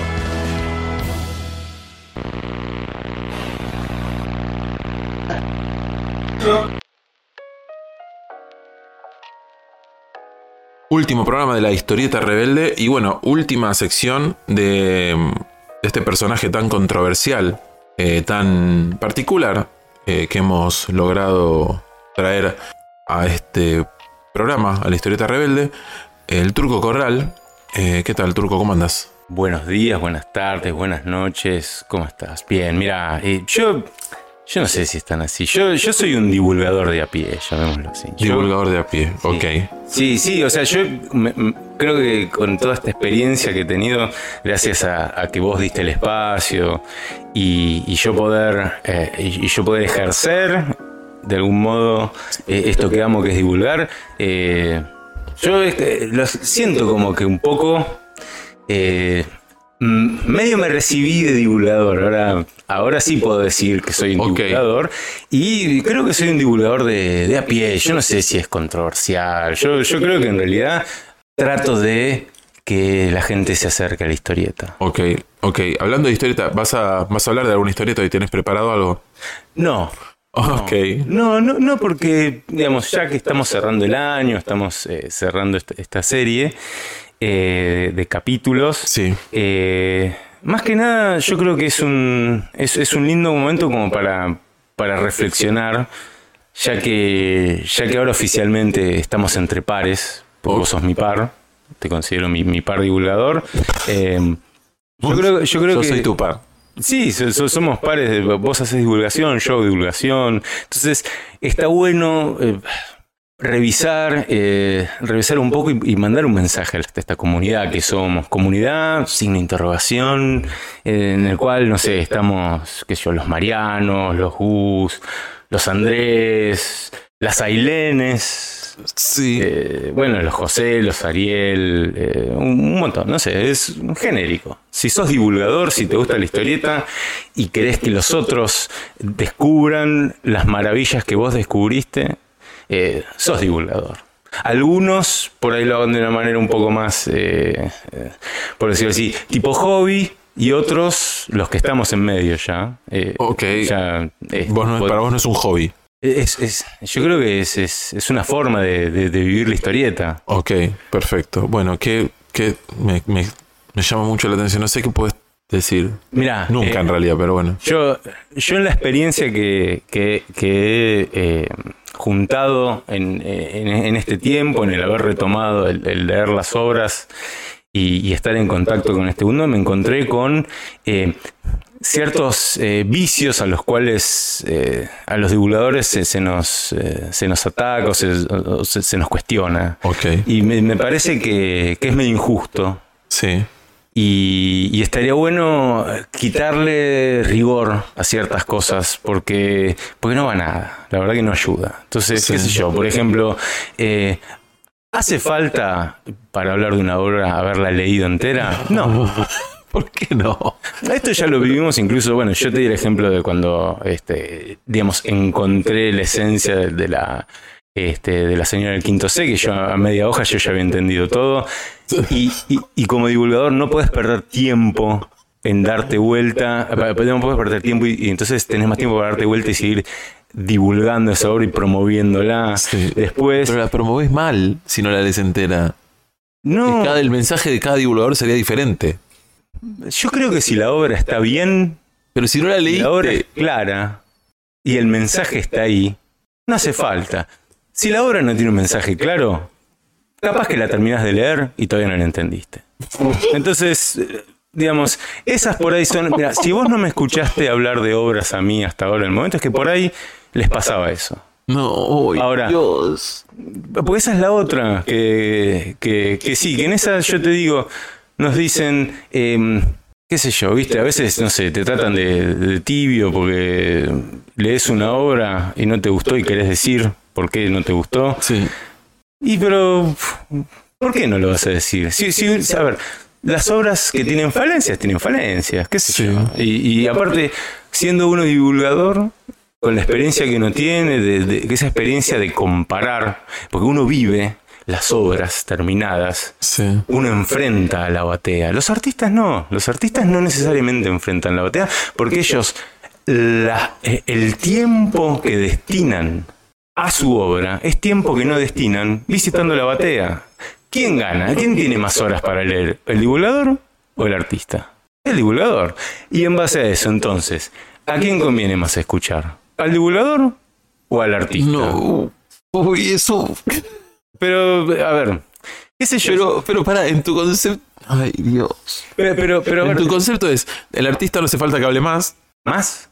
Último programa de la historieta rebelde y bueno, última sección de, de este personaje tan controversial, eh, tan particular, eh, que hemos logrado traer a este programa, a la historieta rebelde, el Turco Corral. Eh, ¿Qué tal, Turco? ¿Cómo andás? Buenos días, buenas tardes, buenas noches. ¿Cómo estás? Bien, mira, eh, yo, yo no sé si están así. Yo, yo soy un divulgador de a pie, llamémoslo así. Yo- Divulgador de a pie, Sí. ok. Sí, sí, o sea, yo me- me- creo que con toda esta experiencia que he tenido, gracias a, a que vos diste el espacio y, y yo poder eh, y, y yo poder ejercer de algún modo eh, esto que amo, que es divulgar, eh, yo eh, lo siento como que un poco eh, mm, medio me recibí de divulgador. Ahora, ahora sí puedo decir que soy un Ok. divulgador. Y creo que soy un divulgador de, de a pie. Yo no sé si es controversial. Yo, yo creo que en realidad trato de que la gente se acerque a la historieta. Ok, ok. Hablando de historieta, ¿vas a, vas a hablar de alguna historieta y tienes preparado algo? No. Ok. No, no, no, porque, digamos, ya que estamos cerrando el año, estamos eh, cerrando esta, esta serie eh, de capítulos. Sí. Eh, más que nada, yo creo que es un, es, es un lindo momento como para, para reflexionar, ya que, ya que ahora oficialmente estamos entre pares, porque vos sos mi par, te considero mi, mi par divulgador. Eh, yo creo, yo creo Yo que... soy tu par. Sí, so- so- somos pares, de- vos haces divulgación, yo hago divulgación. Entonces, está bueno, eh, revisar, eh, revisar un poco y, y mandar un mensaje a esta comunidad que somos. Comunidad, signo de interrogación, eh, en el cual, no sé, estamos, qué sé yo, los Marianos, los Gus, los Andrés, las Ailenes. Sí. Eh, bueno, los José, los Ariel, eh, un, un montón, no sé, es genérico. Si sos divulgador, si te gusta la historieta y querés que los otros descubran las maravillas que vos descubriste, eh, sos divulgador. Algunos por ahí lo hagan de una manera un poco más, eh, eh, por decirlo así, tipo hobby. Y otros, los que estamos en medio ya. Eh, ok. Ya, eh, vos no, para vos no es un hobby. Es, es, yo creo que es, es, es una forma de, de, de vivir la historieta. Ok, perfecto. Bueno, que, que me, me, me llama mucho la atención. No sé qué puedes decir. Mirá, nunca eh, en realidad, pero bueno. Yo, yo en la experiencia que, que, que he eh, juntado en, en, en este tiempo, en el haber retomado el, el leer las obras y, y estar en contacto con este mundo, me encontré con eh, ciertos eh, vicios a los cuales eh, a los divulgadores se, se, nos, eh, se nos ataca o se, o se, se nos cuestiona. Okay. Y me, me parece que, que es medio injusto. Sí. Y, y estaría bueno quitarle rigor a ciertas cosas porque, porque no va a nada. La verdad que no ayuda. Entonces, sí. qué sé yo, por ejemplo... Eh, ¿Hace falta, para hablar de una obra, haberla leído entera? No. ¿Por qué no? Esto ya lo vivimos incluso, bueno, yo te di el ejemplo de cuando, este, digamos, encontré la esencia de, de la... Este, de la señora del quinto C, que yo a media hoja yo ya había entendido todo. Y, y, y como divulgador no puedes perder tiempo en darte vuelta. No puedes perder tiempo y, y entonces tenés más tiempo para darte vuelta y seguir divulgando esa obra y promoviéndola. Sí. Después. Pero la promovés mal si no la lees entera. No. Cada, el mensaje de cada divulgador sería diferente. Yo creo que si la obra está bien. Pero si no la leíste. La obra es clara y el mensaje está ahí. No hace falta. Si la obra no tiene un mensaje claro, capaz que la terminás de leer y todavía no la entendiste. Entonces, digamos, esas por ahí son... Mira, si vos no me escuchaste hablar de obras a mí hasta ahora, el momento es que por ahí les pasaba eso. No, oh, ahora, Dios. Porque esa es la otra, que, que, que sí, que en esa yo te digo, nos dicen... Eh, qué sé yo, viste, a veces, no sé, te tratan de, de tibio porque lees una obra y no te gustó y querés decir por qué no te gustó. Sí. Y pero, ¿por qué no lo vas a decir? Sí, sí, a ver, las obras que tienen falencias, tienen falencias, qué sé sí. yo. Y, y aparte, siendo uno divulgador, con la experiencia que uno tiene, de, de, esa experiencia de comparar, porque uno vive... las obras terminadas, sí. uno enfrenta a la batea. Los artistas no, los artistas no necesariamente enfrentan la batea, porque ellos, la, el tiempo que destinan a su obra es tiempo que no destinan visitando la batea. ¿Quién gana? ¿Quién tiene más horas para leer? ¿El divulgador o el artista? El divulgador. Y en base a eso, entonces, ¿a quién conviene más escuchar? ¿Al divulgador o al artista? No, uy, eso... Pero, a ver, qué sé yo. Pero, pero para, en tu concepto... Ay, Dios. Pero, pero, pero en ver, tu concepto es, el artista no hace falta que hable más. ¿Más?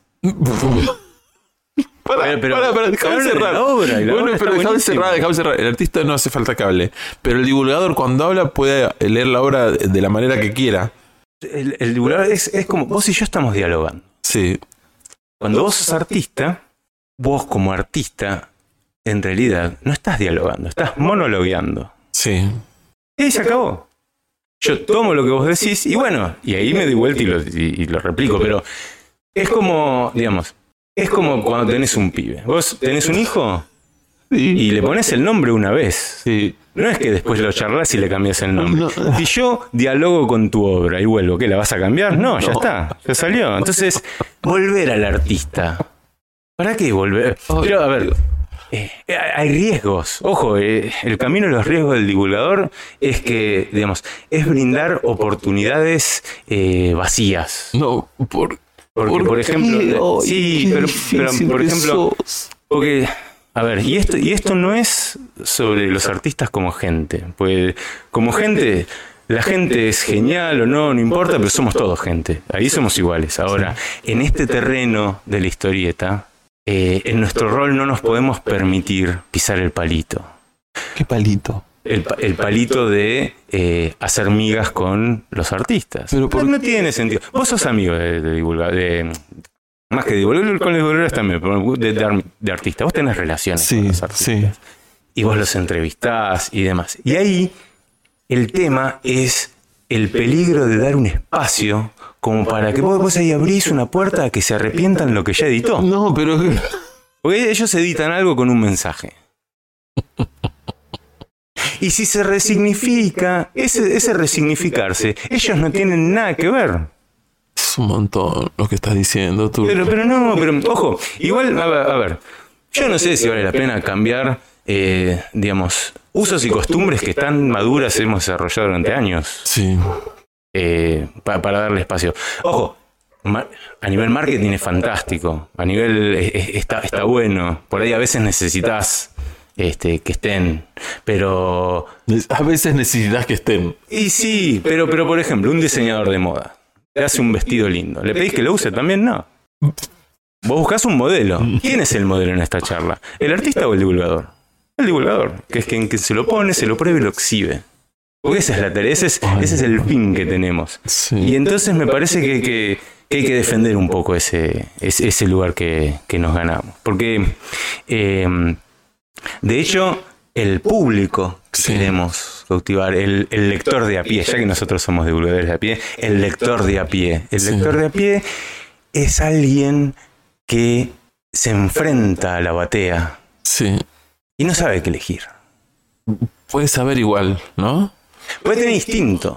para, pero, pero, para, para, déjame cerrar. La obra, y la bueno, obra pero déjame cerrar, déjame cerrar. El artista no hace falta que hable. Pero el divulgador cuando habla puede leer la obra de la manera que quiera. El, el divulgador es, es como, vos y yo estamos dialogando. Sí. Cuando vos sos artista, vos como artista... en realidad no estás dialogando, estás monologueando. Sí. Y ahí se acabó. Yo tomo lo que vos decís y bueno, y ahí me doy vuelta y lo, y, y lo replico, pero es como, digamos, es como cuando tenés un pibe. Vos tenés un hijo sí. y le pones el nombre una vez. Sí. No es que después lo charlas y le cambias el nombre. No. Si yo dialogo con tu obra y vuelvo, ¿qué? ¿La vas a cambiar? No, ya no. está, ya salió. Entonces, volver al artista. ¿Para qué volver? Pero, a ver... Eh, hay riesgos. Ojo, eh, el camino de los riesgos del divulgador es que, digamos, es brindar oportunidades eh, vacías. No, por, porque, ¿por, por ejemplo, qué? sí, pero, pero por ejemplo, porque, a ver, y esto, y esto no es sobre los artistas como gente, pues como gente, la gente es genial o no, no importa, pero somos todos gente. Ahí somos iguales. Ahora, sí. en este terreno de la historieta, eh, en nuestro rol no nos podemos permitir pisar el palito. ¿Qué palito? El, el palito de eh, hacer migas con los artistas. Pero por... no, no tiene sentido. Vos sos amigo de, de divulgadores, más que divulgadores, con los divulgadores también, de, de, de artistas. Vos tenés relaciones sí, con los artistas. Sí. Y vos los entrevistás y demás. Y ahí el tema es el peligro de dar un espacio como para que vos, vos ahí abrís una puerta a que se arrepientan lo que ya editó. No, pero... Porque ellos editan algo con un mensaje. Y si se resignifica, ese, ese resignificarse, ellos no tienen nada que ver. Es un montón lo que estás diciendo tú. Pero, pero no, pero ojo, igual, a ver, a ver, yo no sé si vale la pena cambiar, eh, digamos, usos y costumbres que tan maduras hemos desarrollado durante años. Sí. Eh, pa, para darle espacio. Ojo, a nivel marketing es fantástico, a nivel es, está, está bueno, por ahí a veces necesitas... Este, que estén, pero... A veces necesitas que estén. Y sí, pero, pero por ejemplo, un diseñador de moda le hace un vestido lindo. ¿Le pedís que lo use también? No. Vos buscás un modelo. ¿Quién es el modelo en esta charla? ¿El artista o el divulgador? El divulgador, que es quien que se lo pone, se lo prueba y lo exhibe. Porque esa es la tarea, ese es, ese es el fin que tenemos. Sí. Y entonces me parece que, que, que hay que defender un poco ese, ese, ese lugar que, que nos ganamos. Porque... Eh, de hecho, el público que sí. queremos cautivar, el, el lector de a pie, ya que nosotros somos divulgadores de a pie, el lector de a pie. El sí. lector de a pie es alguien que se enfrenta a la batea sí. y no sabe qué elegir. Puede saber igual, ¿no? Puede tener instinto.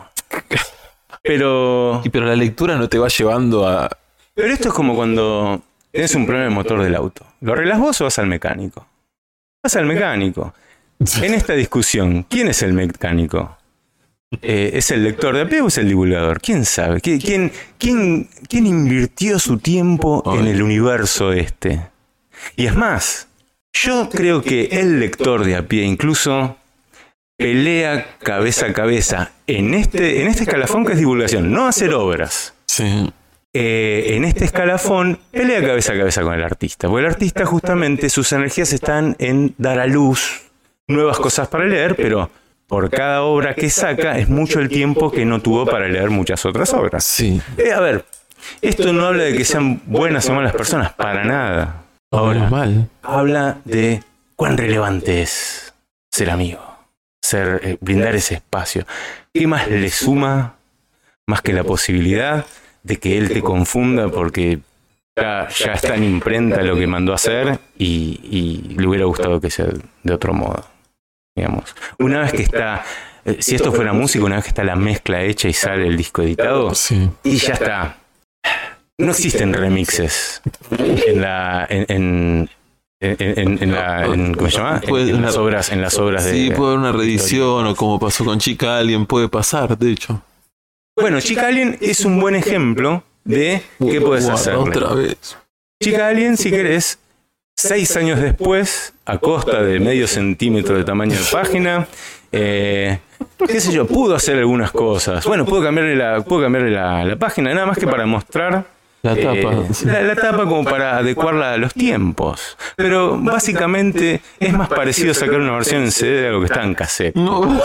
Pero... Y pero la lectura no te va llevando a... Pero esto es como cuando tienes un problema de motor del auto. ¿Lo arreglas vos o vas al mecánico? Vas al mecánico. En esta discusión, ¿quién es el mecánico? Eh, ¿Es el lector de a pie o es el divulgador? ¿Quién sabe? ¿Quién, quién, quién invirtió su tiempo en el universo este? Y es más, yo creo que el lector de a pie incluso pelea cabeza a cabeza en este, en este escalafón que es divulgación, no hacer obras. Sí. Eh, en este escalafón pelea cabeza a cabeza con el artista, porque el artista justamente sus energías están en dar a luz nuevas cosas para leer, pero por cada obra que saca es mucho el tiempo que no tuvo para leer muchas otras obras. Sí. Eh, a ver, esto no habla de que sean buenas o malas personas, para nada. Ahora, mal. habla de cuán relevante es ser amigo, ser, eh, brindar ese espacio. ¿Qué más le suma más que la posibilidad de que él te confunda porque ya, ya está en imprenta lo que mandó a hacer y, y le hubiera gustado que sea de otro modo, digamos? Una vez que está, eh, si esto fuera música, una vez que está la mezcla hecha y sale el disco editado, sí. y ya está. No existen remixes en la... En, en, En, en, en, la, en, ¿cómo se llama? En, en las obras, en las obras de... Sí, puede haber una reedición o como pasó con Chica Alien, puede pasar, de hecho. Bueno, Chica Alien es un buen ejemplo de qué puedes hacer. Otra vez. Chica Alien, si querés, seis años después, a costa de medio centímetro de tamaño de página, eh, qué sé yo, pudo hacer algunas cosas. Bueno, pudo cambiarle la, pudo cambiarle la, la página, nada más que para mostrar la tapa, eh, sí. la, la tapa como para adecuarla a los tiempos. Pero básicamente es más parecido a sacar una versión en C D de algo que está en cassette. No.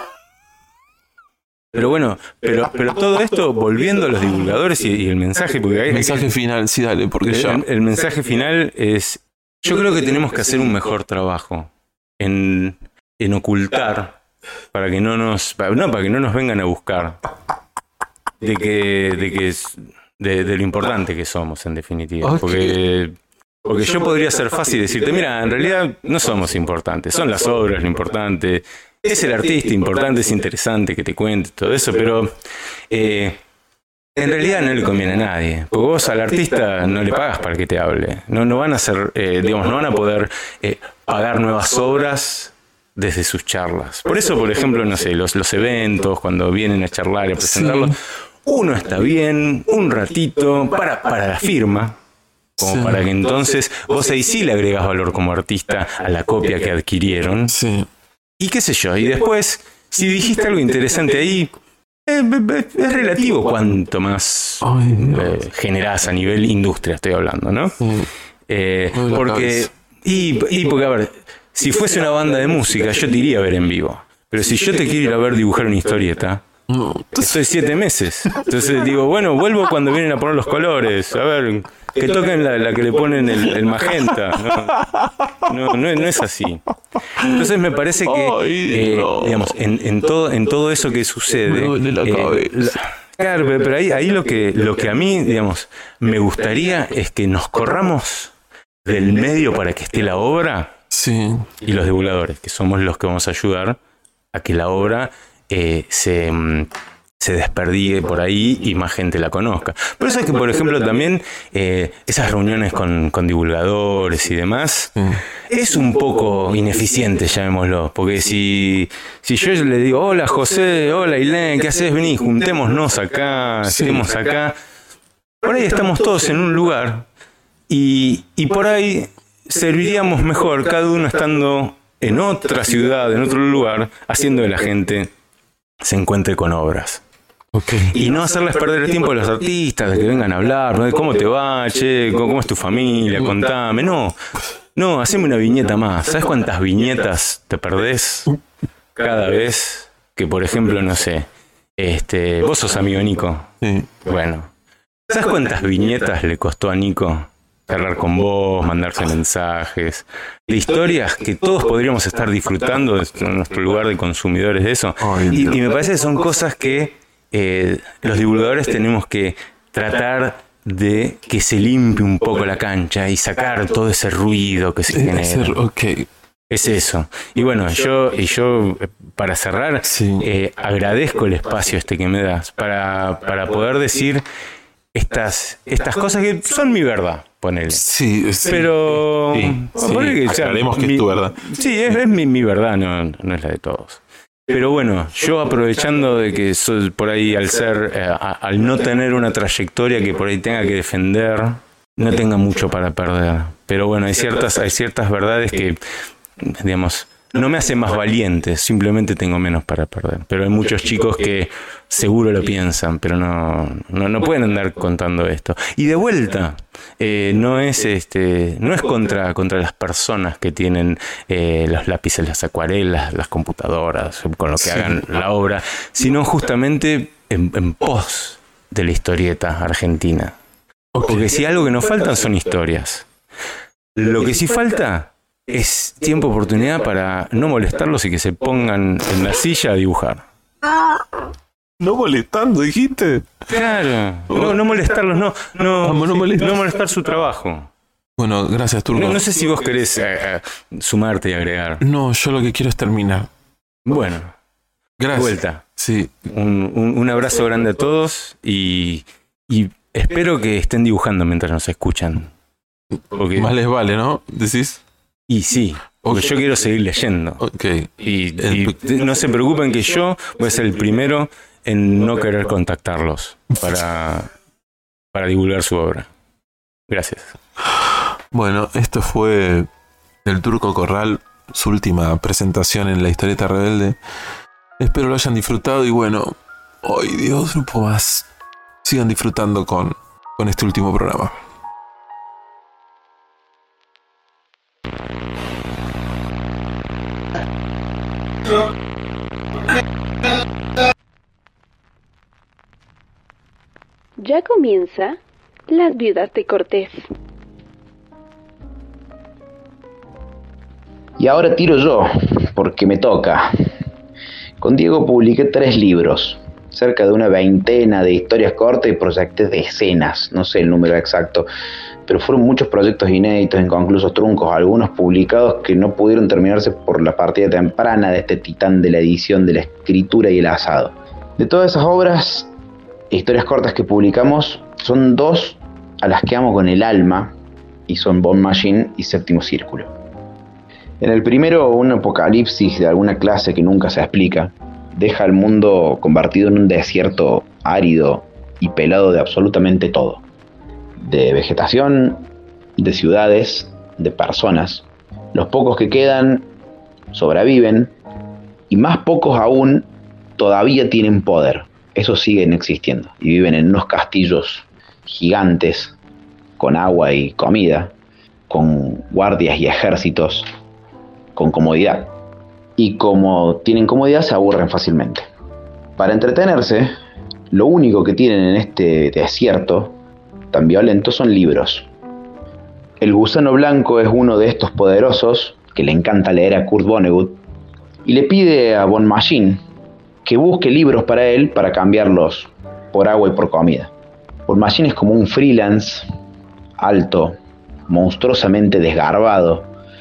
Pero bueno, pero, pero todo esto, volviendo a los divulgadores y, y el mensaje, porque hay, el mensaje hay, final, sí, dale, porque el, ya. El, el mensaje final es, yo creo que tenemos que hacer un mejor trabajo en, en ocultar para que no nos, no, para que no nos vengan a buscar de que, de que es, de, de lo importante que somos en definitiva, okay. porque porque yo podría ser fácil decirte, mira, en realidad no somos importantes, son las obras lo importante. Es el artista importante, es interesante que te cuente todo eso, pero eh, en realidad no le conviene a nadie. Porque vos al artista no le pagas para que te hable. No, no van a hacer, eh, digamos, no van a poder eh, pagar nuevas obras desde sus charlas. Por eso, por ejemplo, no sé, los, los eventos, cuando vienen a charlar y a presentarlos, sí. uno está bien, un ratito, para, para la firma. Como sí. para que entonces vos ahí sí le agregas valor como artista a la copia que adquirieron. Sí. Y qué sé yo, y después, si dijiste algo interesante ahí, eh, es relativo cuánto más eh, generás a nivel industria, estoy hablando, ¿no? Eh, porque, y, y porque, a ver, si fuese una banda de música, yo te iría a ver en vivo. Pero si yo te quiero ir a ver dibujar una historieta, estoy siete meses. Entonces digo, bueno, vuelvo cuando vienen a poner los colores. A ver, que toquen la, la que le ponen el, el magenta. No, no, no, no es así. Entonces me parece que, eh, digamos, en, en, todo, en todo eso que sucede... Eh, claro, pero ahí, ahí lo, que, lo que a mí, digamos, me gustaría es que nos corramos del medio para que esté la obra. Sí. Y los divulgadores, que somos los que vamos a ayudar a que la obra eh, se, se desperdíe por ahí y más gente la conozca. Por eso es que, por ejemplo, también eh, esas reuniones con, con divulgadores y demás mm. es un poco ineficiente, llamémoslo. Porque si, si yo le digo, hola José, hola Ailén, ¿qué haces? Vení, juntémonos acá, estemos acá. Por ahí estamos todos en un lugar y, y por ahí serviríamos mejor cada uno estando en otra ciudad, en otro lugar, haciendo que la gente se encuentre con obras. Okay. Y no hacerles perder el tiempo a los artistas, de que vengan a hablar, ¿no? De cómo te va, che, cómo es tu familia, contame. No, no, haceme una viñeta más. ¿Sabes cuántas viñetas te perdés cada vez que, por ejemplo, no sé, este, vos sos amigo de Nico? Sí. Bueno, ¿sabes cuántas viñetas le costó a Nico hablar con vos, mandarse mensajes, de historias que todos podríamos estar disfrutando en nuestro lugar de consumidores de eso? Y, y me parece que son cosas que eh, los divulgadores tenemos que tratar de que se limpie un poco la cancha y sacar todo ese ruido que se genera. Okay. Es eso. Y bueno, yo, y yo para cerrar, sí. eh, agradezco el espacio este que me das para, para poder decir estas, estas cosas que son mi verdad. Ponele. Sí, sí. Pero sí, sí. Que, aclaremos que mi, es tu verdad. Sí, es, es mi, mi verdad, no, no es la de todos. Pero bueno, yo aprovechando de que soy por ahí al ser, eh, a, al no tener una trayectoria que por ahí tenga que defender, no tenga mucho para perder. Pero bueno, hay ciertas, hay ciertas verdades que, digamos, no me hacen más valiente, simplemente tengo menos para perder. Pero hay muchos chicos que seguro lo piensan, pero no, no, no pueden andar contando esto. Y de vuelta, eh, no es este, no es contra, contra las personas que tienen eh, los lápices, las acuarelas, las computadoras, con lo que sí. hagan la obra, sino justamente en, en pos de la historieta argentina. Okay. Porque si algo que nos faltan son historias. Lo que sí falta es tiempo, oportunidad para no molestarlos y que se pongan en la silla a dibujar. No molestando, dijiste. Claro, no, no molestarlos, no, no, no, molestar. no molestar su trabajo. Bueno, gracias, Turco. No, no sé si vos querés eh, sumarte y agregar. No, yo lo que quiero es terminar. Bueno, gracias. Vuelta. Sí. Un, un, un abrazo grande a todos y, y espero que estén dibujando mientras nos escuchan. Porque más les vale, ¿no? ¿Decís? Y sí, porque okay. yo quiero seguir leyendo. Okay. Y, y no se preocupen que yo voy a ser el primero en no querer contactarlos para, para divulgar su obra. Gracias. Bueno, esto fue el Turco Corral, su última presentación en la Historieta Rebelde. Espero lo hayan disfrutado y bueno, ¡ay Dios, no puedo más! Sigan disfrutando con, con este último programa. Ya comienza Las Viudas de Cortés. Y ahora tiro yo, porque me toca. Con Diego publiqué tres libros, cerca de una veintena de historias cortas y proyecté decenas, no sé el número exacto, pero fueron muchos proyectos inéditos, inconclusos, truncos, algunos publicados que no pudieron terminarse por la partida temprana de este titán de la edición, de la escritura y el asado. De todas esas obras, historias cortas que publicamos, son dos a las que amo con el alma, y son Bone Machine y Séptimo Círculo. En el primero, un apocalipsis de alguna clase que nunca se explica, deja al mundo convertido en un desierto árido y pelado de absolutamente todo. De vegetación, de ciudades, de personas. Los pocos que quedan sobreviven y más pocos aún todavía tienen poder. Esos siguen existiendo y viven en unos castillos gigantes con agua y comida, con guardias y ejércitos, con comodidad. Y como tienen comodidad, se aburren fácilmente. Para entretenerse, lo único que tienen en este desierto tan violento son libros. El gusano blanco es uno de estos poderosos que le encanta leer a Kurt Vonnegut y le pide a Von Machine que busque libros para él para cambiarlos por agua y por comida. Von Machine es como un freelance alto, monstruosamente desgarbado,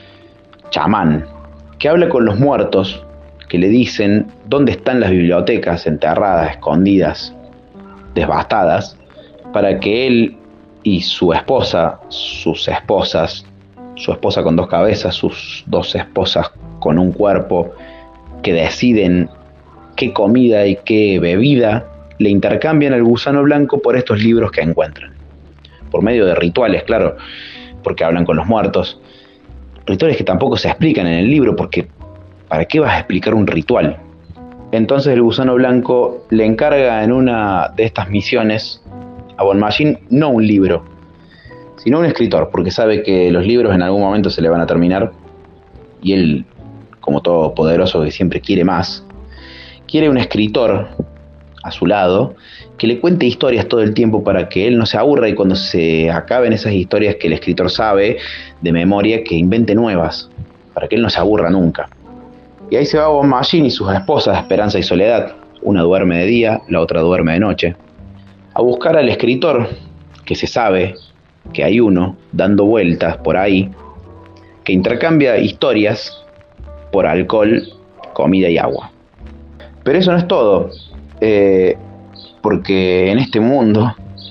chamán, que habla con los muertos, que le dicen dónde están las bibliotecas enterradas, escondidas, devastadas, para que él y su esposa, sus esposas, su esposa con dos cabezas, sus dos esposas con un cuerpo, que deciden qué comida y qué bebida le intercambian al gusano blanco por estos libros que encuentran. Por medio de rituales, claro, porque hablan con los muertos. Rituales que tampoco se explican en el libro, porque ¿para qué vas a explicar un ritual? Entonces el gusano blanco le encarga en una de estas misiones a Von Machine no un libro, sino un escritor, porque sabe que los libros en algún momento se le van a terminar y él, como todo poderoso que siempre quiere más, quiere un escritor a su lado que le cuente historias todo el tiempo para que él no se aburra y cuando se acaben esas historias que el escritor sabe de memoria, que invente nuevas, para que él no se aburra nunca. Y ahí se va Von Machine y sus esposas Esperanza y Soledad, una duerme de día, la otra duerme de noche, a buscar al escritor, que se sabe que hay uno dando vueltas por ahí, que intercambia historias por alcohol, comida y agua. Pero eso no es todo, eh, porque en este mundo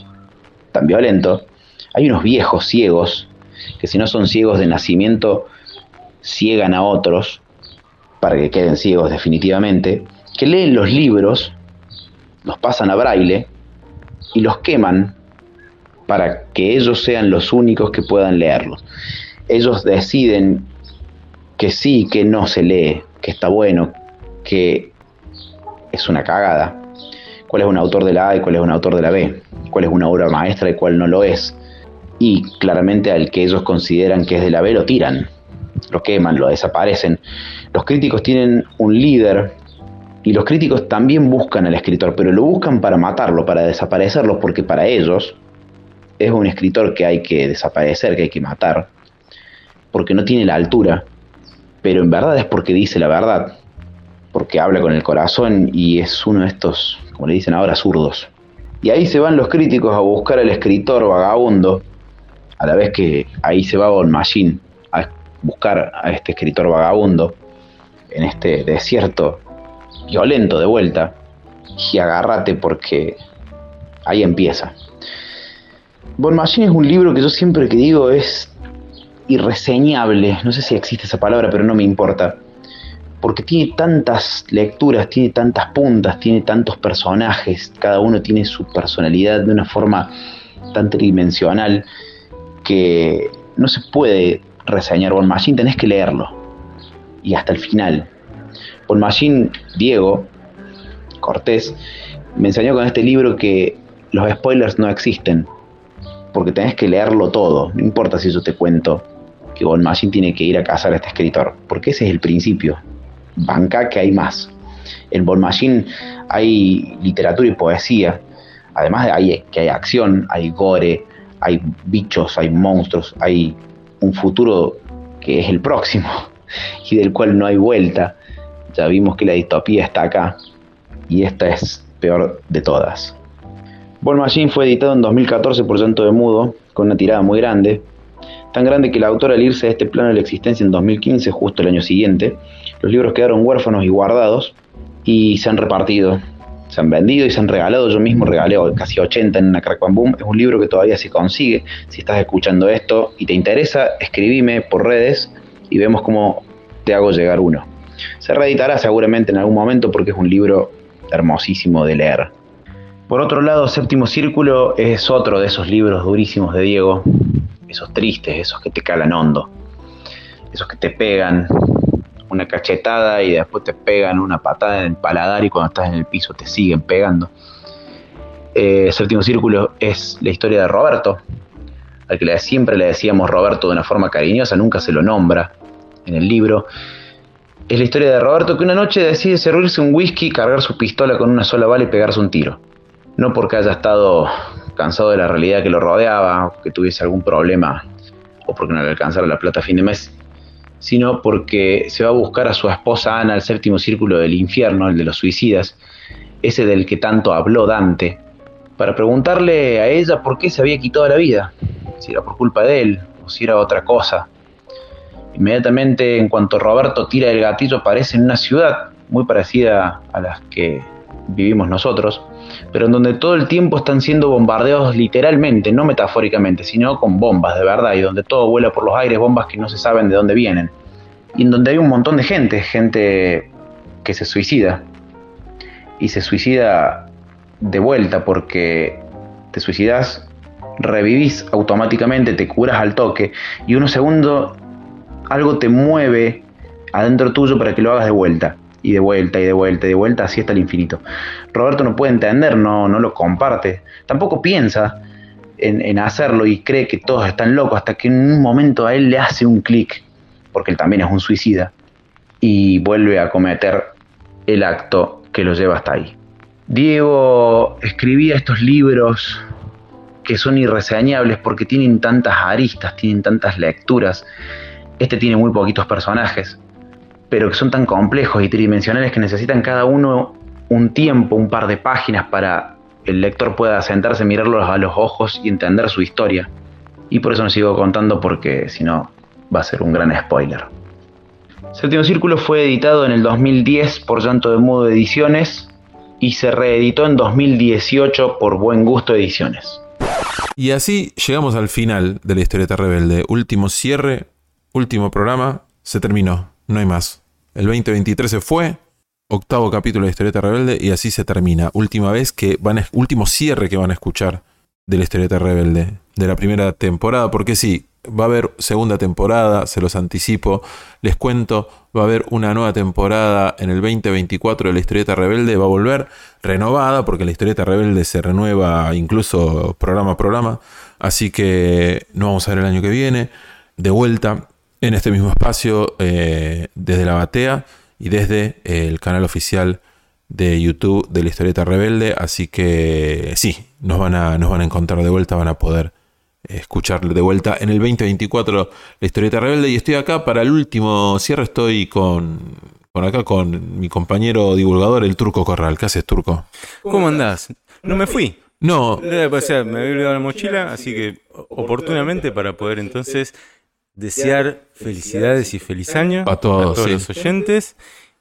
tan violento hay unos viejos ciegos, que si no son ciegos de nacimiento, ciegan a otros, para que queden ciegos definitivamente, que leen los libros, los pasan a braille, y los queman para que ellos sean los únicos que puedan leerlos. Ellos deciden que sí, que no se lee, que está bueno, que es una cagada. ¿Cuál es un autor de la A y cuál es un autor de la B? ¿Cuál es una obra maestra y cuál no lo es? Y claramente al que ellos consideran que es de la B lo tiran, lo queman, lo desaparecen. Los críticos tienen un líder y los críticos también buscan al escritor, pero lo buscan para matarlo, para desaparecerlo, porque para ellos es un escritor que hay que desaparecer, que hay que matar, porque no tiene la altura, pero en verdad es porque dice la verdad, porque habla con el corazón y es uno de estos, como le dicen ahora, zurdos. Y ahí se van los críticos a buscar al escritor vagabundo, a la vez que ahí se va Von Machine a buscar a este escritor vagabundo en este desierto violento de vuelta, y agárrate porque ahí empieza. Von Machine es un libro que yo siempre que digo es irreseñable, no sé si existe esa palabra, pero no me importa, porque tiene tantas lecturas, tiene tantas puntas, tiene tantos personajes, cada uno tiene su personalidad de una forma tan tridimensional que no se puede reseñar Von Machine, tenés que leerlo y hasta el final. Von Machine, Diego Cortés, me enseñó con este libro que los spoilers no existen, porque tenés que leerlo todo. No importa si yo te cuento que Von Machine tiene que ir a cazar a este escritor, porque ese es el principio. Banca que hay más. En Von Machine hay literatura y poesía, además de hay, que hay acción, hay gore, hay bichos, hay monstruos, hay un futuro que es el próximo y del cual no hay vuelta. Ya vimos que la distopía está acá y esta es peor de todas. Von Machine fue editado en dos mil catorce por Llanto de Mudo, con una tirada muy grande, tan grande que el autor, al irse de este plano de la existencia en dos mil quince, justo el año siguiente, los libros quedaron huérfanos y guardados y se han repartido, se han vendido y se han regalado. Yo mismo regalé casi ochenta en una Crack Bam Boom. Es un libro que todavía se consigue. Si estás escuchando esto y te interesa, escribime por redes y vemos cómo te hago llegar uno. Se reeditará seguramente en algún momento porque es un libro hermosísimo de leer. Por otro lado, Séptimo Círculo es otro de esos libros durísimos de Diego, esos tristes, esos que te calan hondo, esos que te pegan una cachetada y después te pegan una patada en el paladar y cuando estás en el piso te siguen pegando. Eh, Séptimo Círculo es la historia de Roberto, al que le, siempre le decíamos Roberto de una forma cariñosa, nunca se lo nombra en el libro. Es la historia de Roberto que una noche decide servirse un whisky, cargar su pistola con una sola bala y pegarse un tiro. No porque haya estado cansado de la realidad que lo rodeaba, o que tuviese algún problema, o porque no le alcanzara la plata a fin de mes, sino porque se va a buscar a su esposa Ana al séptimo círculo del infierno, el de los suicidas, ese del que tanto habló Dante, para preguntarle a ella por qué se había quitado la vida, si era por culpa de él o si era otra cosa. Inmediatamente, en cuanto Roberto tira el gatillo, aparece en una ciudad muy parecida a las que vivimos nosotros, pero en donde todo el tiempo están siendo bombardeados literalmente, no metafóricamente, sino con bombas de verdad, y donde todo vuela por los aires, bombas que no se saben de dónde vienen, y en donde hay un montón de gente, gente que se suicida, y se suicida de vuelta porque te suicidas, revivís automáticamente, te curas al toque, y unos segundos algo te mueve adentro tuyo para que lo hagas de vuelta, y de vuelta, y de vuelta, y de vuelta, así hasta el infinito. Roberto no puede entender, no, no lo comparte, tampoco piensa en, en hacerlo y cree que todos están locos, hasta que en un momento a él le hace un clic, porque él también es un suicida, y vuelve a cometer el acto que lo lleva hasta ahí. Diego escribía estos libros que son irreseñables porque tienen tantas aristas, tienen tantas lecturas. Este tiene muy poquitos personajes, pero que son tan complejos y tridimensionales que necesitan cada uno un tiempo, un par de páginas para el lector pueda sentarse, mirarlos a los ojos y entender su historia. Y por eso no sigo contando, porque si no va a ser un gran spoiler. Séptimo Círculo fue editado en el dos mil diez por Llanto de Mudo Ediciones y se reeditó en dos mil dieciocho por Buen Gusto Ediciones. Y así llegamos al final de la Historieta Rebelde. Último cierre, último programa, se terminó, no hay más. El veinte veintitrés se fue, octavo capítulo de la Historieta Rebelde y así se termina. Última vez que van a, último cierre que van a escuchar de la Historieta Rebelde, de la primera temporada, porque sí, va a haber segunda temporada, se los anticipo, les cuento, va a haber una nueva temporada en el veinte veinticuatro de la Historieta Rebelde, va a volver renovada, porque la Historieta Rebelde se renueva incluso programa a programa, así que nos vamos a ver el año que viene, de vuelta en este mismo espacio, eh, desde la batea y desde eh, el canal oficial de YouTube de la Historieta Rebelde, así que sí, nos van a, nos van a encontrar de vuelta, van a poder escuchar de vuelta en el veinte veinticuatro la Historieta Rebelde. Y estoy acá para el último cierre, estoy con, con acá con mi compañero divulgador, el Turco Corral. ¿Qué haces, Turco? ¿Cómo andás? No me fui. No. O sea, me había olvidado la mochila, así que oportunamente para poder entonces desear felicidades y feliz año a todos, a todos sí. los oyentes,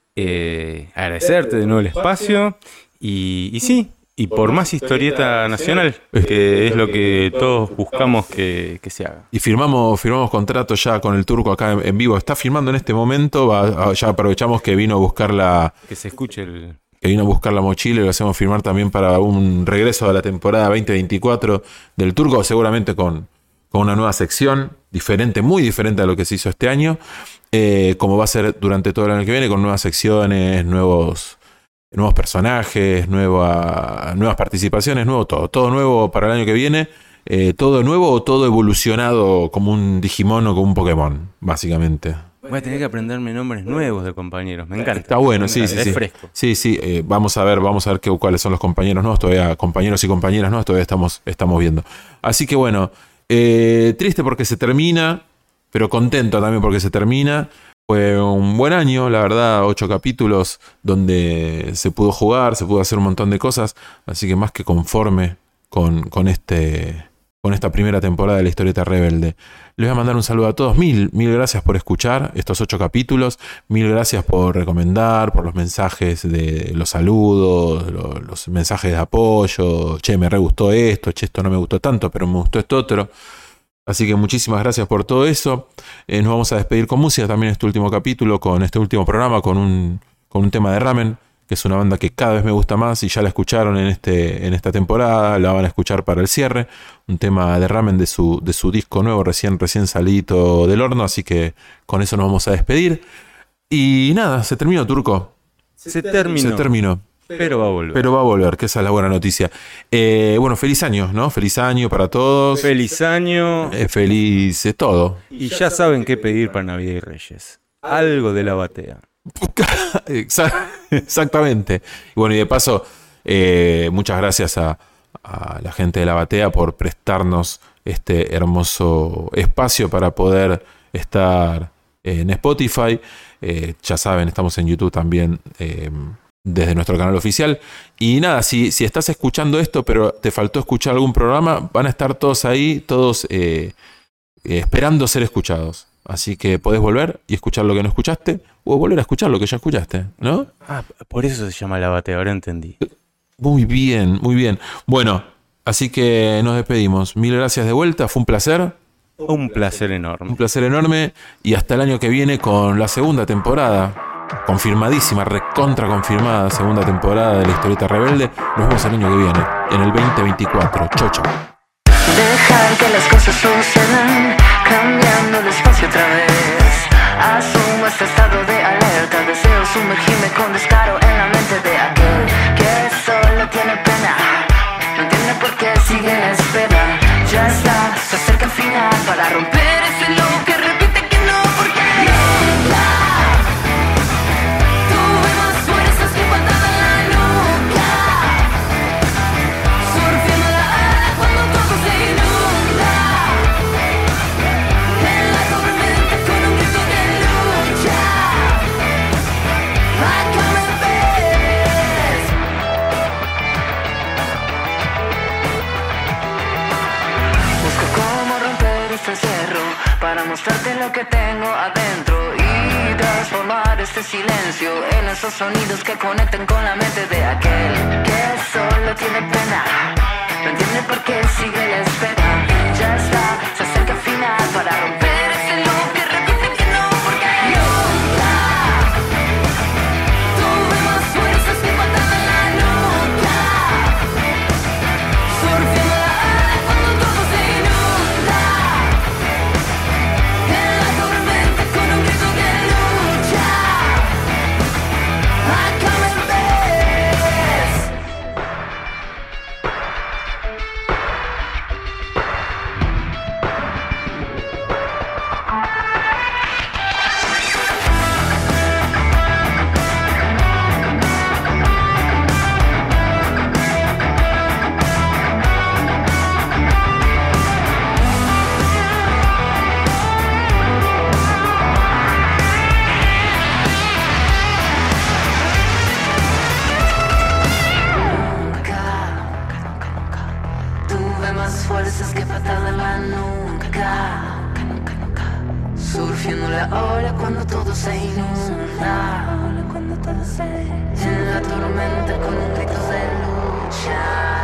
eh, agradecerte de nuevo el espacio y, y sí, y por más historieta nacional, que es lo que todos buscamos que, que se haga. Y firmamos firmamos contrato ya con el Turco acá en, en vivo. Está firmando en este momento, va, ya aprovechamos que vino a buscar la... Que se escuche el... que vino a buscar la mochila y lo hacemos firmar también para un regreso a la temporada veinte veinticuatro del Turco, seguramente con, con una nueva sección diferente, muy diferente a lo que se hizo este año, eh, como va a ser durante todo el año que viene, con nuevas secciones, nuevos... nuevos personajes, nueva, nuevas participaciones, nuevo todo. Todo nuevo para el año que viene. Eh, todo nuevo o todo evolucionado como un Digimon o como un Pokémon, básicamente. Voy a tener que aprenderme nombres nuevos de compañeros. Me encanta. Está bueno, Me sí, encanta, sí, sí. Es fresco. Sí, sí. Eh, vamos a ver, vamos a ver qué, cuáles son los compañeros nuevos. Todavía, compañeros y compañeras nuevos, todavía estamos, estamos viendo. Así que bueno, eh, triste porque se termina, pero contento también porque se termina. Fue un buen año, la verdad, ocho capítulos donde se pudo jugar, se pudo hacer un montón de cosas, así que más que conforme con, con, este, con esta primera temporada de la Historieta Rebelde. Les voy a mandar un saludo a todos, mil, mil gracias por escuchar estos ocho capítulos, mil gracias por recomendar, por los mensajes de los saludos, los, los mensajes de apoyo, che, me re gustó esto, che, esto no me gustó tanto, pero me gustó esto otro. Así que muchísimas gracias por todo eso. Eh, nos vamos a despedir con música también en este último capítulo, con este último programa, con un, con un tema de Ramen, que es una banda que cada vez me gusta más y ya la escucharon en, este, en esta temporada, la van a escuchar para el cierre. Un tema de Ramen de su, de su disco nuevo, recién, recién salido del horno, así que con eso nos vamos a despedir. Y nada, se terminó, Turco. Se terminó. Se terminó. Pero va a volver. Pero va a volver, que esa es la buena noticia. Eh, bueno, feliz año, ¿no? Feliz año para todos. Feliz año. Eh, feliz eh, todo. Y ya saben qué pedir para Navidad y Reyes. Algo de la batea. Exactamente. Y bueno, y de paso, eh, muchas gracias a, a la gente de la batea por prestarnos este hermoso espacio para poder estar en Spotify. Eh, ya saben, estamos en YouTube también. Eh, desde nuestro canal oficial. Y nada, si, si estás escuchando esto, pero te faltó escuchar algún programa, van a estar todos ahí, todos eh, eh, esperando ser escuchados. Así que podés volver y escuchar lo que no escuchaste, o volver a escuchar lo que ya escuchaste, ¿no? Ah, por eso se llama la batea, ahora entendí. Muy bien, muy bien. Bueno, así que nos despedimos. Mil gracias de vuelta, fue un placer. Un placer enorme. Un placer enorme. Y hasta el año que viene con la segunda temporada. Confirmadísima, recontra confirmada segunda temporada de La Historieta Rebelde. Nos vemos el año que viene, en el veinte veinticuatro. Chau, chau. Dejar que las cosas sucedan, cambiando el espacio otra vez. Asumo este estado de alerta, deseo sumergirme con descaro en la mente de aquel que solo tiene pena. No entiende por qué sigue la espera. Ya está, se acerca el final para romper ese lobo que repite que no, porque nunca tuve más fuerzas que patada en la nuca, surfeando la ola cuando todo se inunda, en la tormenta con un grito de lucha. Acá me ves. Busco cómo romper este encierro para mostrarte lo que tengo adentro y transformar este silencio en esos sonidos que conecten con la mente de aquel que solo tiene pena. No entiende por qué sigue la espera. Ya está, se acerca el final para romper ese lobo que repite que no, porque nunca tuve más fuerzas que patada en la nuca, surfeando la ola cuando todo se inunda, en la tormenta con un grito de lucha. Acá me ves. Tuve más fuerzas que patada en la nuca, surfeando la ola cuando todo se inunda, en la tormenta con un grito de lucha.